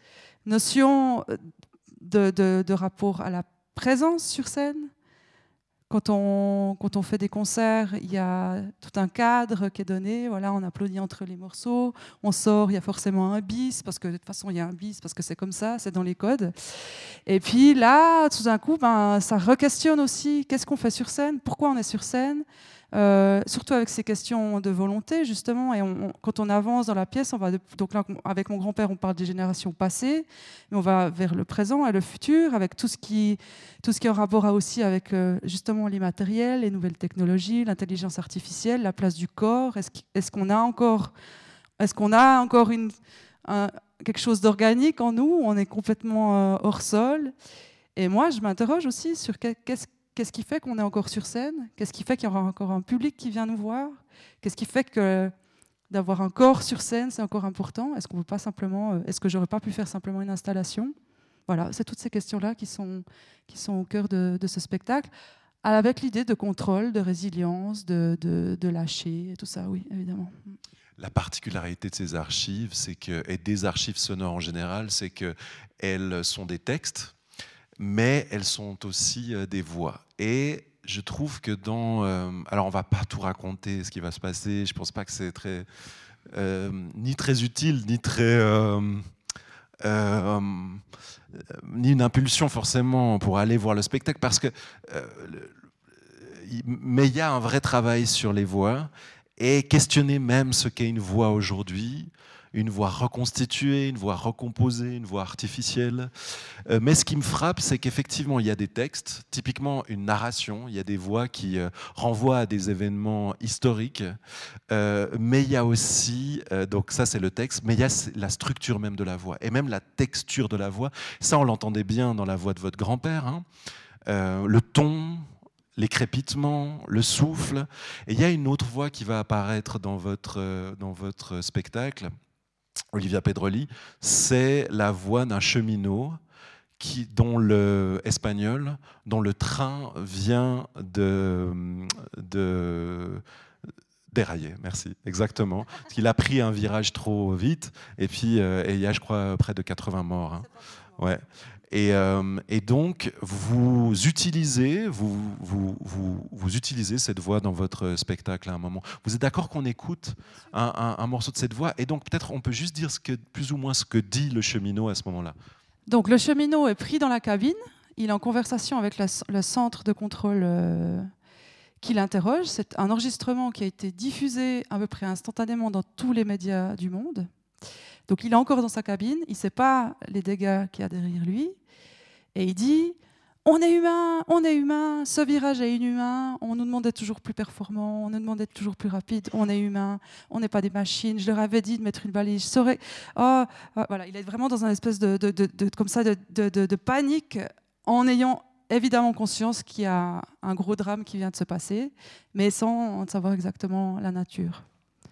notion de, de, de rapport à la présence sur scène. Quand on, quand on fait des concerts, il y a tout un cadre qui est donné. Voilà, on applaudit entre les morceaux. On sort, il y a forcément un bis, parce que de toute façon, il y a un bis, parce que c'est comme ça, c'est dans les codes. Et puis là, tout d'un coup, ben, ça re-questionne aussi qu'est-ce qu'on fait sur scène, pourquoi on est sur scène, euh, surtout avec ces questions de volonté, justement. Et on, on, quand on avance dans la pièce, on va de, donc là, avec mon grand-père, on parle des générations passées, mais on va vers le présent et le futur, avec tout ce qui, tout ce qui est en rapport aussi avec euh, justement l'immatériel, les nouvelles technologies, l'intelligence artificielle, la place du corps. Est-ce, est-ce qu'on a encore, est-ce qu'on a encore une, un, quelque chose d'organique en nous? On est complètement euh, hors sol. Et moi, je m'interroge aussi sur qu'est-ce Qu'est-ce qui fait qu'on est encore sur scène? Qu'est-ce qui fait qu'il y aura encore un public qui vient nous voir? Qu'est-ce qui fait que d'avoir un corps sur scène, c'est encore important? Est-ce qu'on peut pas simplement, est-ce que j'aurais pas pu faire simplement une installation? Voilà, c'est toutes ces questions-là qui sont, qui sont au cœur de, de ce spectacle, avec l'idée de contrôle, de résilience, de, de, de lâcher, et tout ça, oui, évidemment. La particularité de ces archives, c'est que, et des archives sonores en général, c'est qu'elles sont des textes, mais elles sont aussi euh, des voix. Et je trouve que dans... Euh, alors, on ne va pas tout raconter ce qui va se passer. Je ne pense pas que c'est très, euh, ni très utile, ni très... Euh, euh, ni une impulsion, forcément, pour aller voir le spectacle. Parce que... Euh, le, mais il y a un vrai travail sur les voix. Et questionner même ce qu'est une voix aujourd'hui, une voix reconstituée, une voix recomposée, une voix artificielle. Euh, mais ce qui me frappe, c'est qu'effectivement, il y a des textes, typiquement une narration, il y a des voix qui euh, renvoient à des événements historiques, euh, mais il y a aussi, euh, donc ça c'est le texte, mais il y a la structure même de la voix, et même la texture de la voix. Ça, on l'entendait bien dans la voix de votre grand-père, hein. euh, le ton, les crépitements, le souffle. Et il y a une autre voix qui va apparaître dans votre, euh, dans votre spectacle, Olivia Pedroli, c'est la voix d'un cheminot qui, dont le espagnol, dont le train vient de, de dérailler. Merci, exactement. Parce qu'il a pris un virage trop vite, et puis euh, et il y a, je crois, près de quatre-vingts morts. Hein. Ouais. Et, euh, et donc, vous utilisez, vous, vous, vous, vous utilisez cette voix dans votre spectacle à un moment. Vous êtes d'accord qu'on écoute un, un, un morceau de cette voix? Et donc, peut-être, on peut juste dire ce que, plus ou moins ce que dit le cheminot à ce moment-là. Donc, le cheminot est pris dans la cabine. Il est en conversation avec la, le centre de contrôle euh, qui l'interroge. C'est un enregistrement qui a été diffusé à peu près instantanément dans tous les médias du monde. Donc, il est encore dans sa cabine. Il ne sait pas les dégâts qu'il y a derrière lui. Et il dit, on est humain, on est humain, ce virage est inhumain, on nous demande d'être toujours plus performant, on nous demande d'être toujours plus rapide, on est humain, on n'est pas des machines, je leur avais dit de mettre une balise, je saurais... Oh, oh, voilà, il est vraiment dans une espèce de, de, de, de, comme ça, de, de, de, de panique, en ayant évidemment conscience qu'il y a un gros drame qui vient de se passer, mais sans savoir exactement la nature.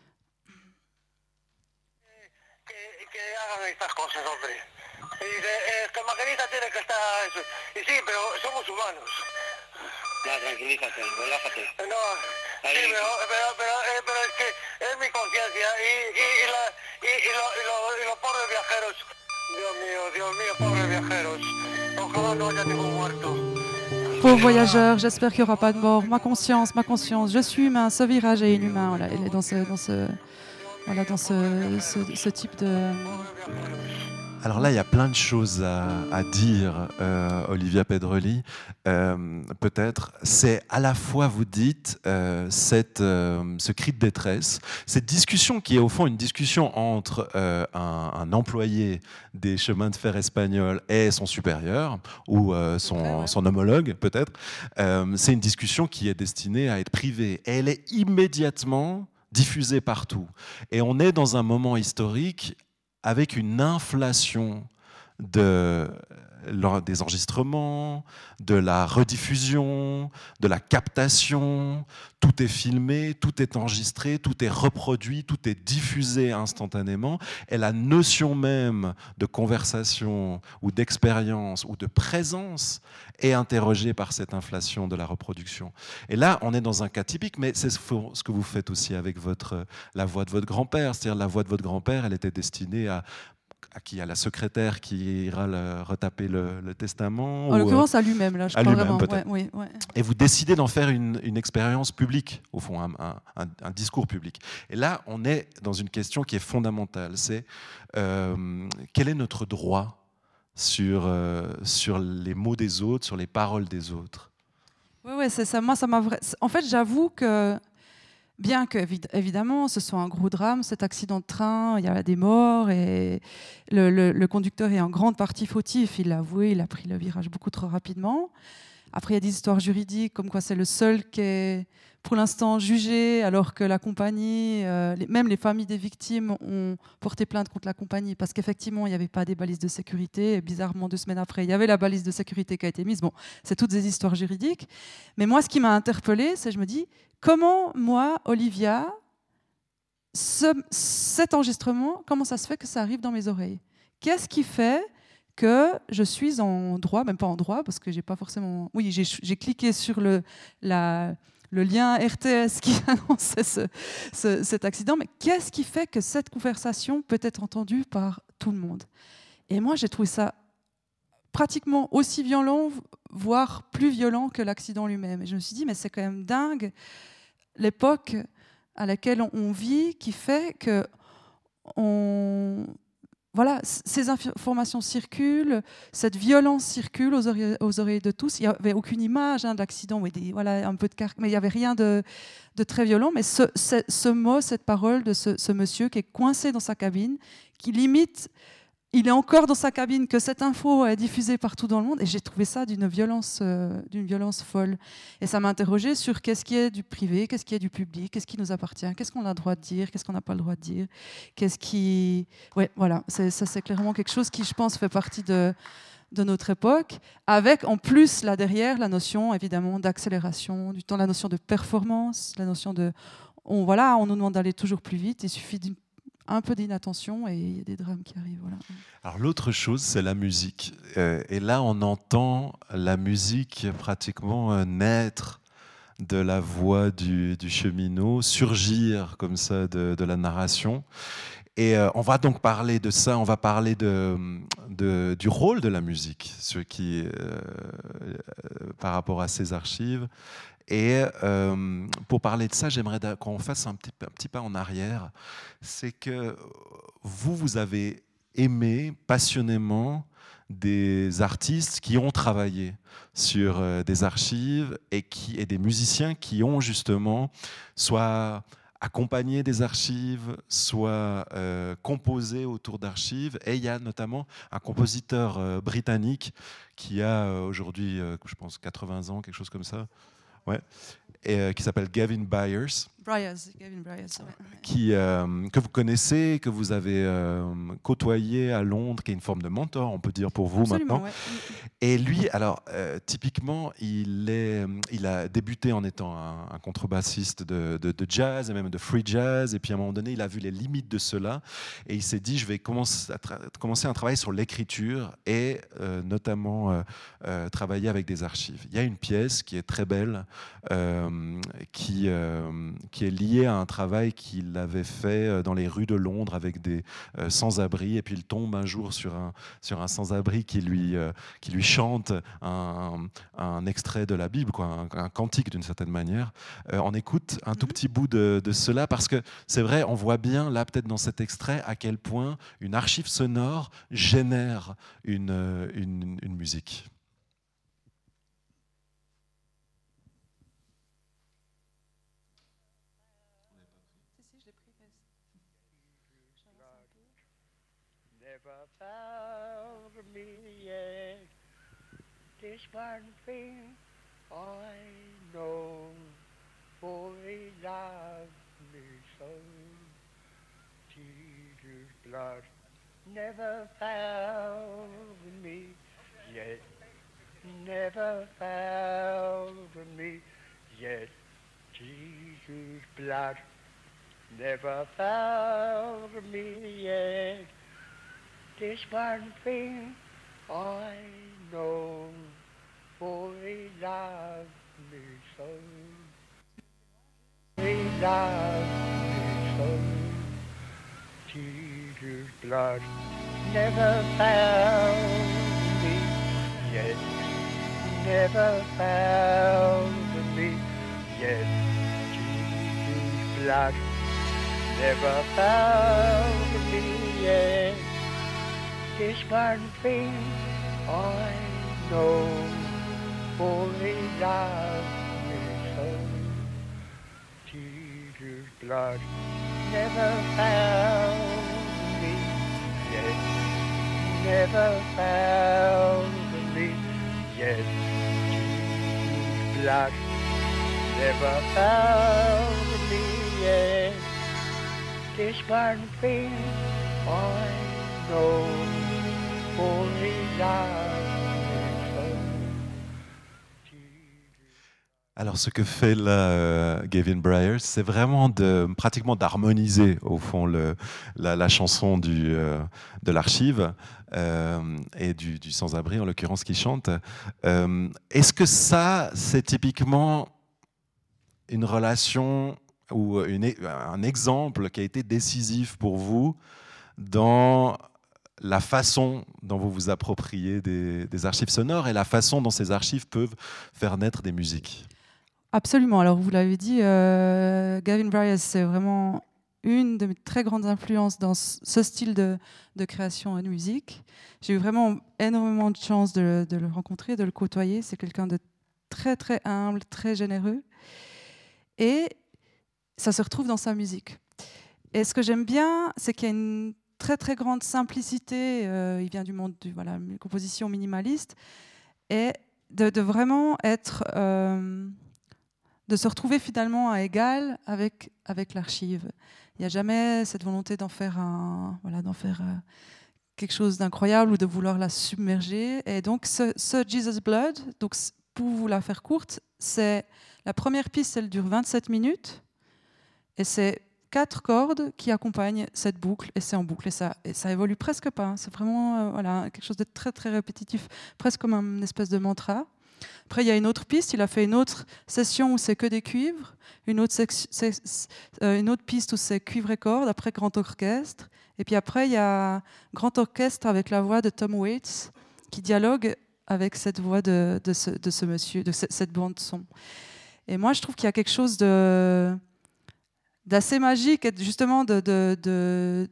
Y dice, eh, que Margarita tiene que estar eso. Y sí, pero somos humanos. Ya, tranquilízate, relájate. No, sí, pero, pero, pero, eh, pero es que es mi conciencia y, y, y, la, y, y, lo, y, lo, y los pobres viajeros. Dios mío, Dios mío, pobres viajeros. Ojalá no haya ningún muerto. Pauvres voyageurs, j'espère qu'il n'y aura pas de mort. Ma conscience, ma conscience, je suis humain, ce virage est inhumain. Voilà, il est dans ce, dans ce, voilà, dans ce, ce, ce type de... Alors là, il y a plein de choses à, à dire, euh, Olivia Pedroli. Euh, peut-être, c'est à la fois, vous dites, euh, cette, euh, ce cri de détresse, cette discussion qui est au fond une discussion entre euh, un, un employé des chemins de fer espagnols et son supérieur, ou euh, son, okay, ouais. son homologue, peut-être. Euh, c'est une discussion qui est destinée à être privée. Et elle est immédiatement diffusée partout. Et on est dans un moment historique avec une inflation de, des enregistrements, de la rediffusion, de la captation. Tout est filmé, tout est enregistré, tout est reproduit, tout est diffusé instantanément. Et la notion même de conversation ou d'expérience ou de présence est interrogée par cette inflation de la reproduction. Et là, on est dans un cas typique, mais c'est ce que vous faites aussi avec votre, la voix de votre grand-père. C'est-à-dire la voix de votre grand-père, elle était destinée à... à qui, à la secrétaire qui ira le, retaper le, le testament. En l'occurrence, à lui-même, là, je à crois lui-même, vraiment. peut-être. Ouais, ouais, ouais. Et vous décidez d'en faire une, une expérience publique, au fond, un, un, un discours public. Et là, on est dans une question qui est fondamentale. C'est euh, quel est notre droit sur, euh, sur les mots des autres, sur les paroles des autres? Oui, ouais, c'est ça. Moi, ça m'a. Vra... En fait, j'avoue que bien que, évidemment, ce soit un gros drame, cet accident de train, il y a des morts et le, le, le conducteur est en grande partie fautif. Il l'a avoué, il a pris le virage beaucoup trop rapidement. Après, il y a des histoires juridiques, comme quoi c'est le seul qui est, pour l'instant, jugé, alors que la compagnie, euh, les, même les familles des victimes ont porté plainte contre la compagnie, parce qu'effectivement, il n'y avait pas des balises de sécurité. Et bizarrement, deux semaines après, il y avait la balise de sécurité qui a été mise. Bon, c'est toutes des histoires juridiques. Mais moi, ce qui m'a interpellée, c'est, je me dis, comment, moi, Olivia, ce, cet enregistrement, comment ça se fait que ça arrive dans mes oreilles? Qu'est-ce qui fait que je suis en droit, même pas en droit, parce que j'ai pas forcément... Oui, j'ai, j'ai cliqué sur le, la, le lien R T S qui annonçait ce, ce, cet accident, mais qu'est-ce qui fait que cette conversation peut être entendue par tout le monde? Et moi, j'ai trouvé ça pratiquement aussi violent, voire plus violent que l'accident lui-même. Et je me suis dit, mais c'est quand même dingue l'époque à laquelle on vit, qui fait que on... voilà, ces informations circulent, cette violence circule aux oreilles, aux oreilles de tous. Il n'y avait aucune image hein, de l'accident, mais des, voilà, un peu de car... mais il n'y avait rien de, de très violent. Mais ce, ce, ce mot, cette parole de ce, ce monsieur qui est coincé dans sa cabine, qui limite, il est encore dans sa cabine, que cette info est diffusée partout dans le monde. Et j'ai trouvé ça d'une violence, euh, d'une violence folle. Et ça m'a interrogée sur qu'est-ce qui est du privé, qu'est-ce qui est du public, qu'est-ce qui nous appartient, qu'est-ce qu'on a le droit de dire, qu'est-ce qu'on n'a pas le droit de dire, qu'est-ce qui... Ouais, voilà, c'est, ça c'est clairement quelque chose qui, je pense, fait partie de, de notre époque, avec en plus, là derrière, la notion, évidemment, d'accélération du temps, la notion de performance, la notion de... On, voilà, on nous demande d'aller toujours plus vite, il suffit d'une un peu d'inattention et il y a des drames qui arrivent. Voilà. Alors l'autre chose, c'est la musique. Euh, et là, on entend la musique pratiquement euh, naître de la voix du, du cheminot, surgir comme ça de, de la narration. Et euh, on va donc parler de ça, on va parler de, de, du rôle de la musique, ce qui, euh, euh, par rapport à ces archives. Et euh, pour parler de ça, j'aimerais qu'on fasse un petit, un petit pas en arrière. C'est que vous, vous avez aimé passionnément des artistes qui ont travaillé sur euh, des archives et, qui, et des musiciens qui ont justement soit accompagné des archives, soit euh, composé autour d'archives. Et il y a notamment un compositeur euh, britannique qui a euh, aujourd'hui, euh, je pense, quatre-vingts ans, quelque chose comme ça. Ouais. Et, euh, qui s'appelle Gavin Bryars, Bryars, Gavin Bryars ouais. qui, euh, que vous connaissez, que vous avez euh, côtoyé à Londres, qui est une forme de mentor, on peut dire, pour vous Absolument, maintenant. Ouais. Et lui, alors, euh, typiquement, il, est, il a débuté en étant un, un contrebassiste de, de, de jazz et même de free jazz. Et puis, à un moment donné, il a vu les limites de cela. Et il s'est dit, je vais commencer, à tra- commencer un travail sur l'écriture et euh, notamment euh, euh, travailler avec des archives. Il y a une pièce qui est très belle, euh, qui, euh, qui est liée à un travail qu'il avait fait dans les rues de Londres avec des euh, sans-abri. Et puis, il tombe un jour sur un, sur un sans-abri qui lui, euh, qui lui chante un, un extrait de la Bible, quoi, un, un cantique d'une certaine manière. Euh, on écoute un tout petit bout de, de cela parce que c'est vrai, on voit bien là peut-être dans cet extrait à quel point une archive sonore génère une, une, une musique. Never found me yet. This one thing I know, for he loved me so. Jesus' blood never found me yet. Never found me yet. Jesus' blood never found me yet. This one thing I know, for he loved me so. He loved me so. Jesus' blood never found me yet. Never found me yet. Jesus' blood never found me yet. This one thing I know, for he loved me so. Jesus' blood never found me yet. Never found me yet. Jesus' blood never found me yet. This one thing I know, for he loved me so. Alors, ce que fait là euh, Gavin Bryars, c'est vraiment de, pratiquement d'harmoniser au fond le, la, la chanson du, euh, de l'archive euh, et du, du sans-abri, en l'occurrence, qui chante. Euh, est-ce que ça, c'est typiquement une relation ou une, un exemple qui a été décisif pour vous dans la façon dont vous vous appropriez des, des archives sonores et la façon dont ces archives peuvent faire naître des musiques? Absolument. Alors, vous l'avez dit, euh, Gavin Bryars, c'est vraiment une de mes très grandes influences dans ce style de, de création et de musique. J'ai eu vraiment énormément de chance de, de le rencontrer, de le côtoyer. C'est quelqu'un de très, très humble, très généreux. Et ça se retrouve dans sa musique. Et ce que j'aime bien, c'est qu'il y a une très, très grande simplicité. Euh, il vient du monde de voilà, composition minimaliste. Et de, de vraiment être... Euh, de se retrouver finalement à égal avec, avec l'archive. Il n'y a jamais cette volonté d'en faire, un, voilà, d'en faire euh, quelque chose d'incroyable ou de vouloir la submerger. Et donc ce, ce Jesus Blood, donc, pour vous la faire courte, c'est la première piste, elle dure vingt-sept minutes, et c'est quatre cordes qui accompagnent cette boucle, et c'est en boucle, et ça, et ça évolue presque pas. C'est vraiment euh, voilà, quelque chose de très très répétitif, presque comme une espèce de mantra. Après, il y a une autre piste, il a fait une autre session où c'est que des cuivres, une autre, euh, une autre piste où c'est cuivre et cordes, après grand orchestre, et puis après, il y a grand orchestre avec la voix de Tom Waits qui dialogue avec cette voix de, de, ce, de ce monsieur, de ce, cette bande-son. Et moi, je trouve qu'il y a quelque chose de, d'assez magique, et justement de, de, de,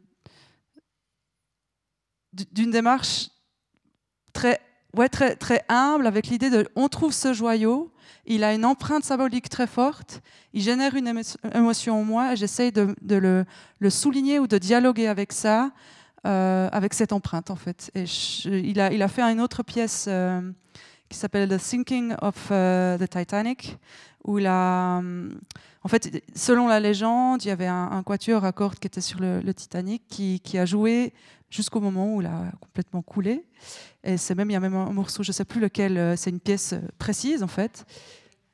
d'une démarche très... Ouais, très, très humble, avec l'idée de on trouve ce joyau, il a une empreinte symbolique très forte, il génère une émotion en moi, et j'essaye de, de le, le souligner ou de dialoguer avec ça, euh, avec cette empreinte en fait. Et je, il, a, il a fait une autre pièce euh, qui s'appelle The Sinking of uh, the Titanic, où il a, en fait, selon la légende, il y avait un, un quatuor à cordes qui était sur le, le Titanic qui, qui a joué jusqu'au moment où il a complètement coulé. Et c'est même, il y a même un morceau, je ne sais plus lequel, c'est une pièce précise en fait. Pardon ?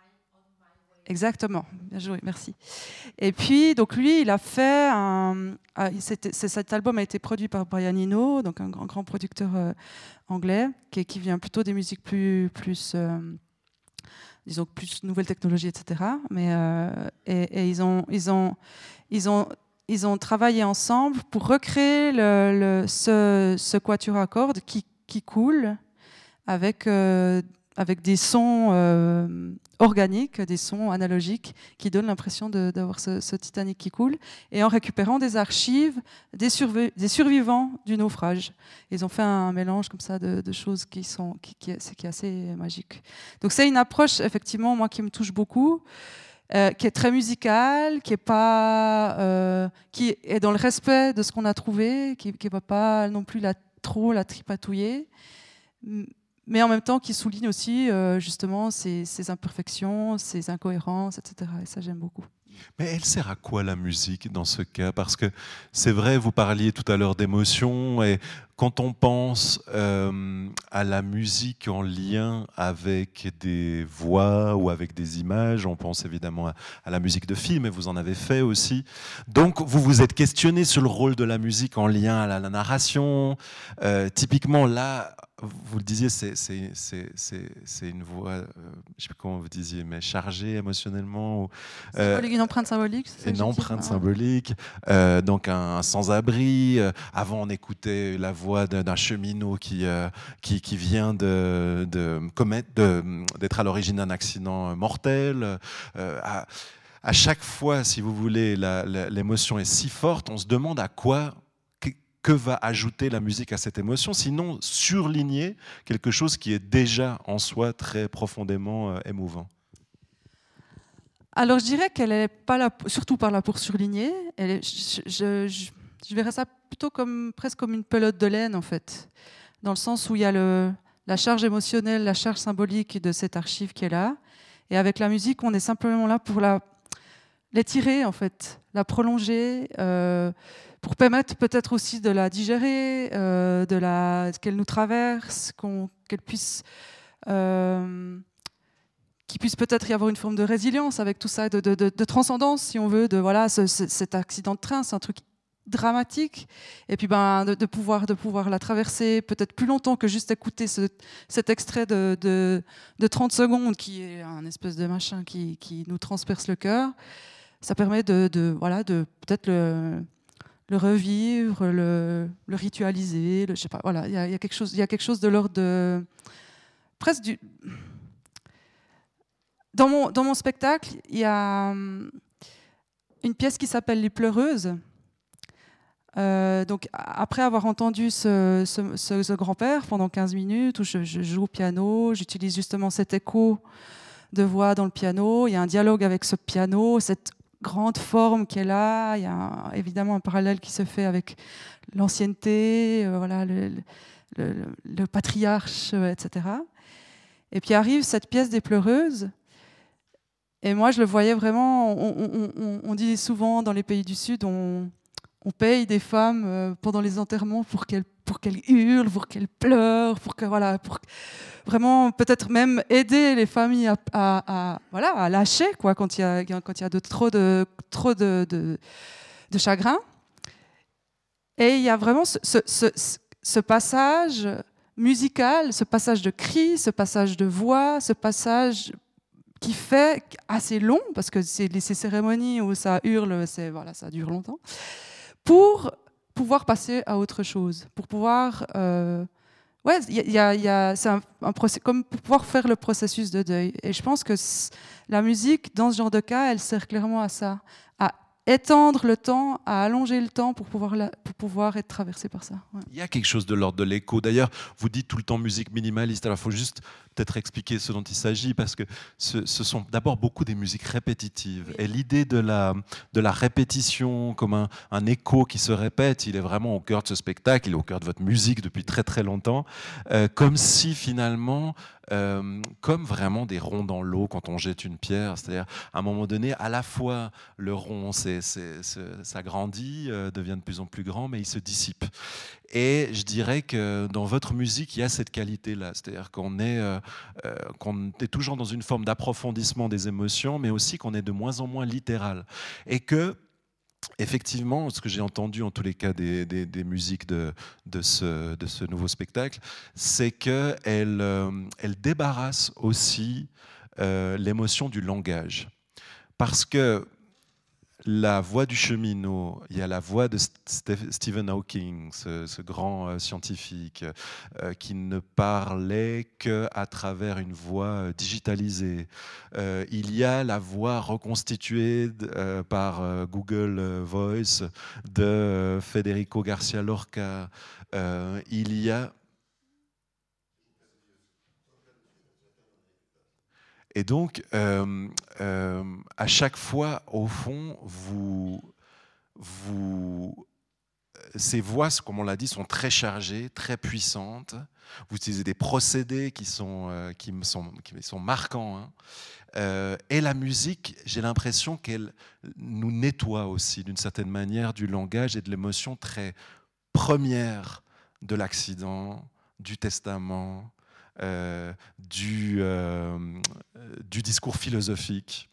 Exactement, bien joué, merci. Et puis, donc lui, il a fait un... C'est, cet album a été produit par Brian Eno, donc un grand, grand producteur euh, anglais, qui, qui vient plutôt des musiques plus... plus euh, disons, plus nouvelles technologies, et cetera. Mais, euh, et, et ils ont... Ils ont, ils ont Ils ont travaillé ensemble pour recréer le, le, ce, ce quatuor à cordes qui, qui coule avec, euh, avec des sons euh, organiques, des sons analogiques qui donnent l'impression de, d'avoir ce, ce Titanic qui coule, et en récupérant des archives des, survi- des survivants du naufrage. Ils ont fait un mélange comme ça de, de choses qui, sont, qui, qui, est, qui est assez magique. Donc c'est une approche, effectivement, moi, qui me touche beaucoup. Euh, qui est très musical, qui est pas, euh, qui est dans le respect de ce qu'on a trouvé, qui ne va pas non plus la, trop la tripatouiller, mais en même temps qui souligne aussi euh, justement ses, ses imperfections, ses incohérences, et cetera. Et ça, j'aime beaucoup. Mais elle sert à quoi la musique dans ce cas ? Parce que c'est vrai, vous parliez tout à l'heure d'émotion, et quand on pense euh, à la musique en lien avec des voix ou avec des images, on pense évidemment à, à la musique de film, et vous en avez fait aussi. Donc vous vous êtes questionné sur le rôle de la musique en lien à la, la narration. Euh, typiquement là, vous le disiez, c'est, c'est, c'est, c'est, c'est une voix, euh, je ne sais plus comment vous disiez, mais chargée émotionnellement. Ou, euh, une empreinte symbolique. C'est une empreinte dire, symbolique. Euh, donc un, un sans-abri. Euh, avant, on écoutait la voix d'un, d'un cheminot qui, euh, qui, qui vient de, de commettre, de, d'être à l'origine d'un accident mortel. Euh, à, à chaque fois, si vous voulez, la, la, l'émotion est si forte, on se demande à quoi... Que va ajouter la musique à cette émotion, sinon surligner quelque chose qui est déjà en soi très profondément euh, émouvant. Alors je dirais qu'elle n'est pas là, surtout pas là pour surligner. Elle est, je, je, je, je verrais ça plutôt comme, presque comme une pelote de laine en fait, dans le sens où il y a le, la charge émotionnelle, la charge symbolique de cette archive qui est là, et avec la musique, on est simplement là pour la, l'étirer en fait, la prolonger. Euh, pour permettre peut-être aussi de la digérer, euh, de la, qu'elle nous traverse, qu'on, qu'elle puisse, euh, qu'il puisse peut-être y avoir une forme de résilience avec tout ça, de, de, de, de transcendance, si on veut, de voilà, ce, ce, cet accident de train, c'est un truc dramatique, et puis ben, de, de, pouvoir, de pouvoir la traverser peut-être plus longtemps que juste écouter ce, cet extrait de, de, de trente secondes, qui est un espèce de machin qui, qui nous transperce le cœur. Ça permet de, de, voilà, de peut-être le... le revivre, le, le ritualiser, le, je sais pas, voilà, il y, y a quelque chose, il y a quelque chose de l'ordre de presque du. Dans mon dans mon spectacle, il y a une pièce qui s'appelle Les Pleureuses. Euh, donc, après avoir entendu ce, ce, ce, ce grand-père pendant quinze minutes, où je, je joue au piano, j'utilise justement cet écho de voix dans le piano, il y a un dialogue avec ce piano, cette grande forme qui est là, il y a un, évidemment un parallèle qui se fait avec l'ancienneté, euh, voilà, le, le, le, le patriarche, euh, et cetera. Et puis arrive cette pièce des Pleureuses, et moi je le voyais vraiment, on, on, on, on dit souvent dans les pays du Sud, on... On paye des femmes euh, pendant les enterrements pour qu'elles pour qu'elles hurlent, pour qu'elles pleurent, pour que voilà, pour vraiment peut-être même aider les familles à, à, à voilà à lâcher quoi quand il y a quand il y a de, trop de trop de, de, de chagrin. Et il y a vraiment ce, ce, ce, ce passage musical, ce passage de cris, ce passage de voix, ce passage qui fait assez long parce que c'est ces cérémonies où ça hurle, c'est voilà, ça dure longtemps. Pour pouvoir passer à autre chose, pour pouvoir, euh, ouais, y a, y a, y a, c'est un, un process, comme pour pouvoir faire le processus de deuil. Et je pense que la musique, dans ce genre de cas, elle sert clairement à ça, à étendre le temps, à allonger le temps pour pouvoir, la, pour pouvoir être traversé par ça. Ouais. Il y a quelque chose de l'ordre de l'écho. D'ailleurs, vous dites tout le temps musique minimaliste. Alors, il faut juste peut-être expliquer ce dont il s'agit, parce que ce, ce sont d'abord beaucoup des musiques répétitives. Oui. Et l'idée de la, de la répétition comme un, un écho qui se répète, il est vraiment au cœur de ce spectacle, il est au cœur de votre musique depuis très très longtemps, euh, comme si finalement, euh, comme vraiment des ronds dans l'eau quand on jette une pierre, c'est-à-dire à un moment donné, à la fois le rond c'est, c'est, c'est, s'agrandit, euh, devient de plus en plus grand, mais il se dissipe. Et je dirais que dans votre musique, il y a cette qualité-là, c'est-à-dire qu'on est, euh, euh, qu'on est toujours dans une forme d'approfondissement des émotions, mais aussi qu'on est de moins en moins littéral. Et que, effectivement, ce que j'ai entendu en tous les cas des, des, des musiques de, de, ce, de ce nouveau spectacle, c'est qu'elle euh, elle débarrasse aussi euh, l'émotion du langage. Parce que la voix du cheminot, il y a la voix de Stephen Hawking, ce, ce grand euh, scientifique euh, qui ne parlait qu'à travers une voix euh, digitalisée. Euh, il y a la voix reconstituée euh, par euh, Google Voice de euh, Federico Garcia Lorca. Euh, il y a... Et donc, euh, euh, à chaque fois, au fond, vous, vous, ces voix, comme on l'a dit, sont très chargées, très puissantes. Vous utilisez des procédés qui sont, euh, qui me sont, qui sont marquants. Hein. Euh, et la musique, j'ai l'impression qu'elle nous nettoie aussi, d'une certaine manière, du langage et de l'émotion très première de l'accident, du testament, Euh, du, euh, du discours philosophique.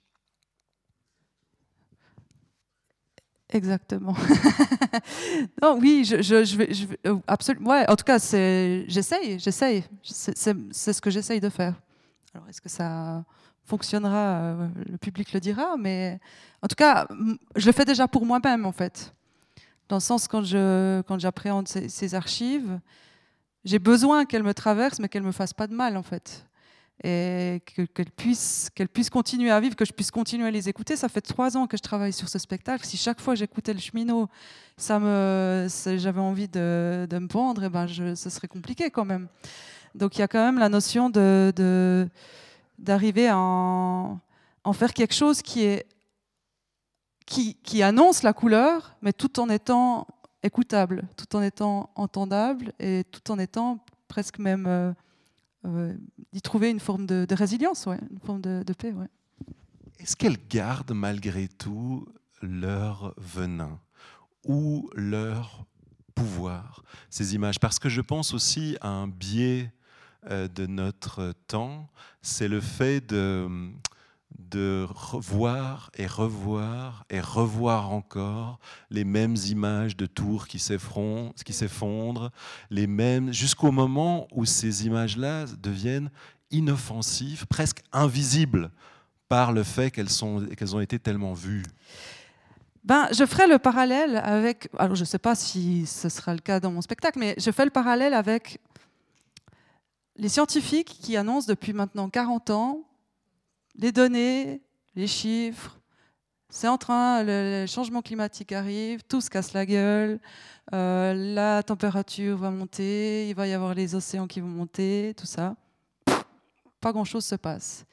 Exactement. Non, oui, je, je, je vais, je vais absolument. Ouais, en tout cas, c'est, j'essaye, j'essaye. C'est, c'est, c'est ce que j'essaye de faire. Alors, est-ce que ça fonctionnera? Le public le dira, mais en tout cas, je le fais déjà pour moi-même, en fait. Dans le sens quand je, quand j'appréhende ces, ces archives. J'ai besoin qu'elle me traverse, mais qu'elle ne me fasse pas de mal, en fait. Et que, qu'elle puisse, qu'elle puisse continuer à vivre, que je puisse continuer à les écouter. Ça fait trois ans que je travaille sur ce spectacle. Si chaque fois j'écoutais le cheminot, ça me, j'avais envie de, de me pendre, et ben je, ce serait compliqué quand même. Donc il y a quand même la notion de, de, d'arriver à en, en faire quelque chose qui, est, qui, qui annonce la couleur, mais tout en étant écoutable, tout en étant entendable et tout en étant presque même euh, euh, d'y trouver une forme de, de résilience, ouais, une forme de, de paix. Ouais. Est-ce qu'elles gardent malgré tout leur venin ou leur pouvoir, ces images? Parce que je pense aussi à un biais euh, de notre temps, c'est le fait de... de revoir et revoir et revoir encore les mêmes images de tours qui s'effondrent, qui s'effondrent, les mêmes, jusqu'au moment où ces images-là deviennent inoffensives, presque invisibles par le fait qu'elles, sont, qu'elles ont été tellement vues. Ben, je ferai le parallèle avec, alors je ne sais pas si ce sera le cas dans mon spectacle, mais je fais le parallèle avec les scientifiques qui annoncent depuis maintenant quarante ans les données, les chiffres, c'est en train, le, le changement climatique arrive, tout se casse la gueule, euh, la température va monter, il va y avoir les océans qui vont monter, tout ça. Pas grand-chose se passe.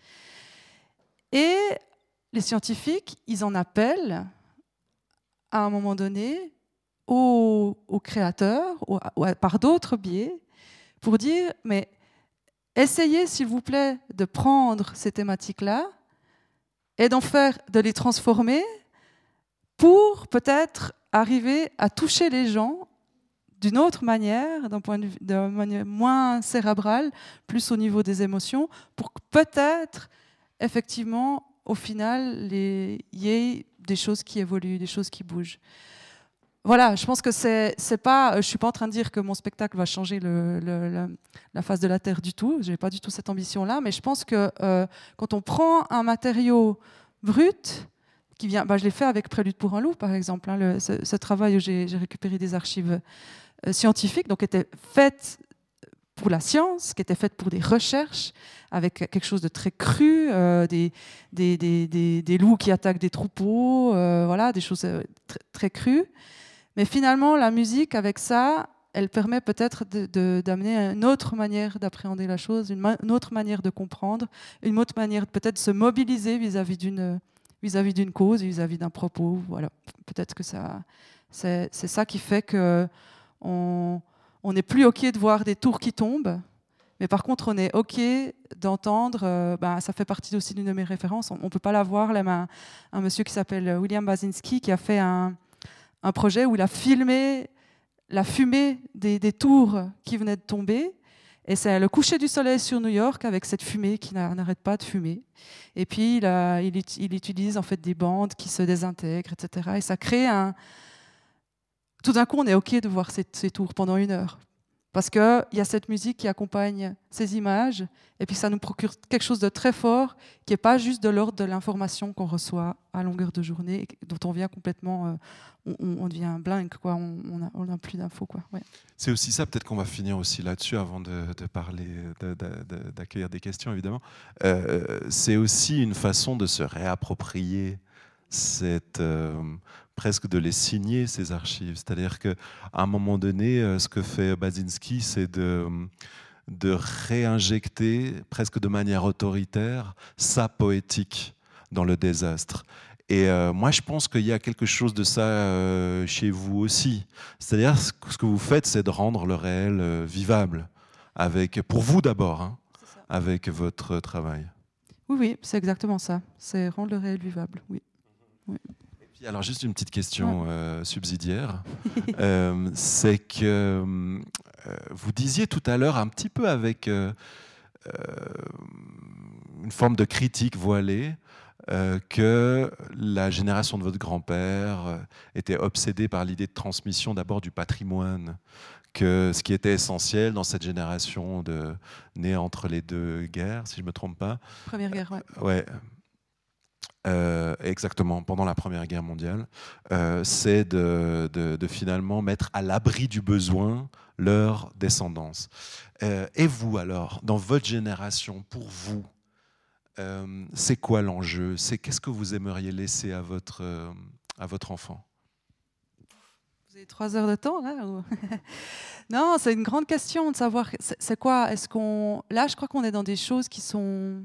Et les scientifiques, ils en appellent à un moment donné aux, aux créateurs, aux, aux, par d'autres biais, pour dire, mais essayez s'il vous plaît de prendre ces thématiques-là et d'en faire, de les transformer pour peut-être arriver à toucher les gens d'une autre manière, d'un point de vue de manière moins cérébrale, plus au niveau des émotions, pour que peut-être, effectivement, au final, il y ait des choses qui évoluent, des choses qui bougent. Voilà, je pense que c'est, c'est pas, je suis pas en train de dire que mon spectacle va changer le, le, le, la face de la Terre du tout. J'ai pas du tout cette ambition-là, mais je pense que euh, quand on prend un matériau brut, qui vient, bah, je l'ai fait avec Prélude pour un loup, par exemple. Hein, le, ce, ce travail où j'ai, j'ai récupéré des archives euh, scientifiques, donc étaient faites pour la science, qui étaient faites pour des recherches, avec quelque chose de très cru, euh, des, des, des, des, des loups qui attaquent des troupeaux, euh, voilà, des choses euh, très, très crues. Mais finalement, la musique, avec ça, elle permet peut-être de, de, d'amener une autre manière d'appréhender la chose, une, ma- une autre manière de comprendre, une autre manière peut-être de se mobiliser vis-à-vis d'une, vis-à-vis d'une cause, vis-à-vis d'un propos. Voilà. Peut-être que ça, c'est, c'est ça qui fait qu'on on n'est plus OK de voir des tours qui tombent, mais par contre, on est OK d'entendre, euh, ben, ça fait partie aussi d'une de mes références, on ne peut pas la voir, là, un, un monsieur qui s'appelle William Basinski, qui a fait un... un projet où il a filmé la fumée des, des tours qui venaient de tomber. Et c'est le coucher du soleil sur New York avec cette fumée qui n'arrête pas de fumer. Et puis, il, a, il, il utilise en fait des bandes qui se désintègrent, et cetera. Et ça crée un... Tout d'un coup, on est OK de voir ces, ces tours pendant une heure. Parce qu'il y a cette musique qui accompagne ces images, et puis ça nous procure quelque chose de très fort, qui n'est pas juste de l'ordre de l'information qu'on reçoit à longueur de journée, dont on vient complètement, euh, on, on devient blank, quoi. On n'a plus d'infos, quoi. Ouais. C'est aussi ça, peut-être qu'on va finir aussi là-dessus avant de, de parler, de, de, de, d'accueillir des questions, évidemment. Euh, c'est aussi une façon de se réapproprier cette... Euh, presque de les signer, ces archives. C'est-à-dire qu'à un moment donné, ce que fait Basinski, c'est de, de réinjecter, presque de manière autoritaire, sa poétique dans le désastre. Et euh, moi, je pense qu'il y a quelque chose de ça euh, chez vous aussi. C'est-à-dire ce que vous faites, c'est de rendre le réel euh, vivable, avec, pour vous d'abord, hein, avec votre travail. Oui, oui, c'est exactement ça. C'est rendre le réel vivable, oui. oui. Alors juste une petite question euh, subsidiaire, euh, c'est que euh, vous disiez tout à l'heure un petit peu avec euh, euh, une forme de critique voilée euh, que la génération de votre grand-père euh, était obsédée par l'idée de transmission d'abord du patrimoine, que ce qui était essentiel dans cette génération de, née entre les deux guerres, si je ne me trompe pas. Première guerre, ouais. Ouais. Euh, exactement, pendant la Première Guerre mondiale, euh, c'est de, de, de finalement mettre à l'abri du besoin leur descendance. Euh, et vous alors, dans votre génération, pour vous, euh, c'est quoi l'enjeu? C'est qu'est-ce que vous aimeriez laisser à votre, euh, à votre enfant? Vous avez trois heures de temps là ou... Non, c'est une grande question de savoir c'est, c'est quoi. Est-ce qu'on là, je crois qu'on est dans des choses qui sont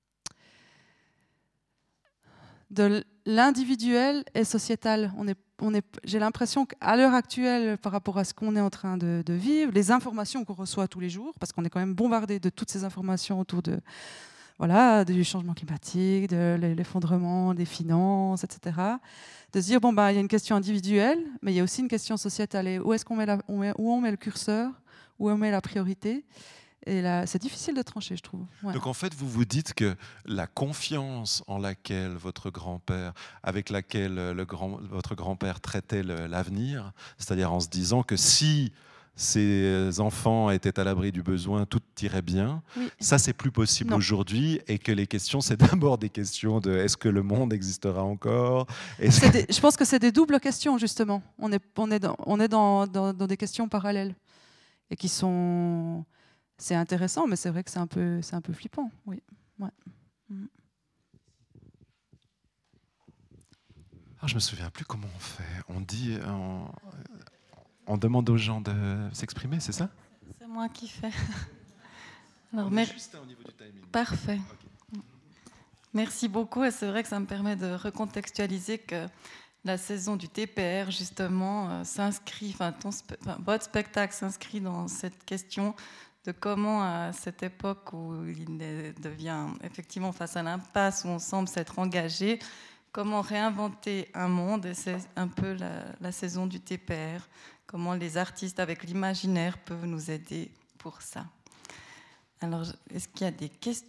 de l'individuel et sociétal. On est, on est, j'ai l'impression qu'à l'heure actuelle, par rapport à ce qu'on est en train de, de vivre, les informations qu'on reçoit tous les jours, parce qu'on est quand même bombardé de toutes ces informations autour de, voilà, du changement climatique, de l'effondrement des finances, et cetera, de se dire, bon, bah, il y a une question individuelle, mais il y a aussi une question sociétale. Et où est-ce qu'on met, la, on met, où on met le curseur, où on met la priorité? Et là, c'est difficile de trancher, je trouve. Ouais. Donc en fait, vous vous dites que la confiance en laquelle votre grand-père, avec laquelle le grand, votre grand-père traitait le, l'avenir, c'est-à-dire en se disant que si ses enfants étaient à l'abri du besoin, tout irait bien, oui. Ça, c'est plus possible non. aujourd'hui, et que les questions, c'est d'abord des questions de est-ce que le monde existera encore? C'est que... des, je pense que c'est des doubles questions, justement. On est, on est, dans, on est dans, dans, dans des questions parallèles, et qui sont... C'est intéressant, mais c'est vrai que c'est un peu, c'est un peu flippant. Oui. Ouais. je me souviens plus comment on fait. On dit, on, on demande aux gens de s'exprimer, c'est ça? C'est moi qui fais. Alors, on mais... est juste au niveau du timing. Parfait. Okay. Merci beaucoup. Et c'est vrai que ça me permet de recontextualiser que la saison du T P R, justement, euh, s'inscrit, enfin, ton spe- enfin, votre spectacle s'inscrit dans cette question de comment, à cette époque où il devient effectivement face à l'impasse, où on semble s'être engagé, comment réinventer un monde. Et c'est un peu la, la saison du T P R, comment les artistes avec l'imaginaire peuvent nous aider pour ça. Alors, est-ce qu'il y a des questions ?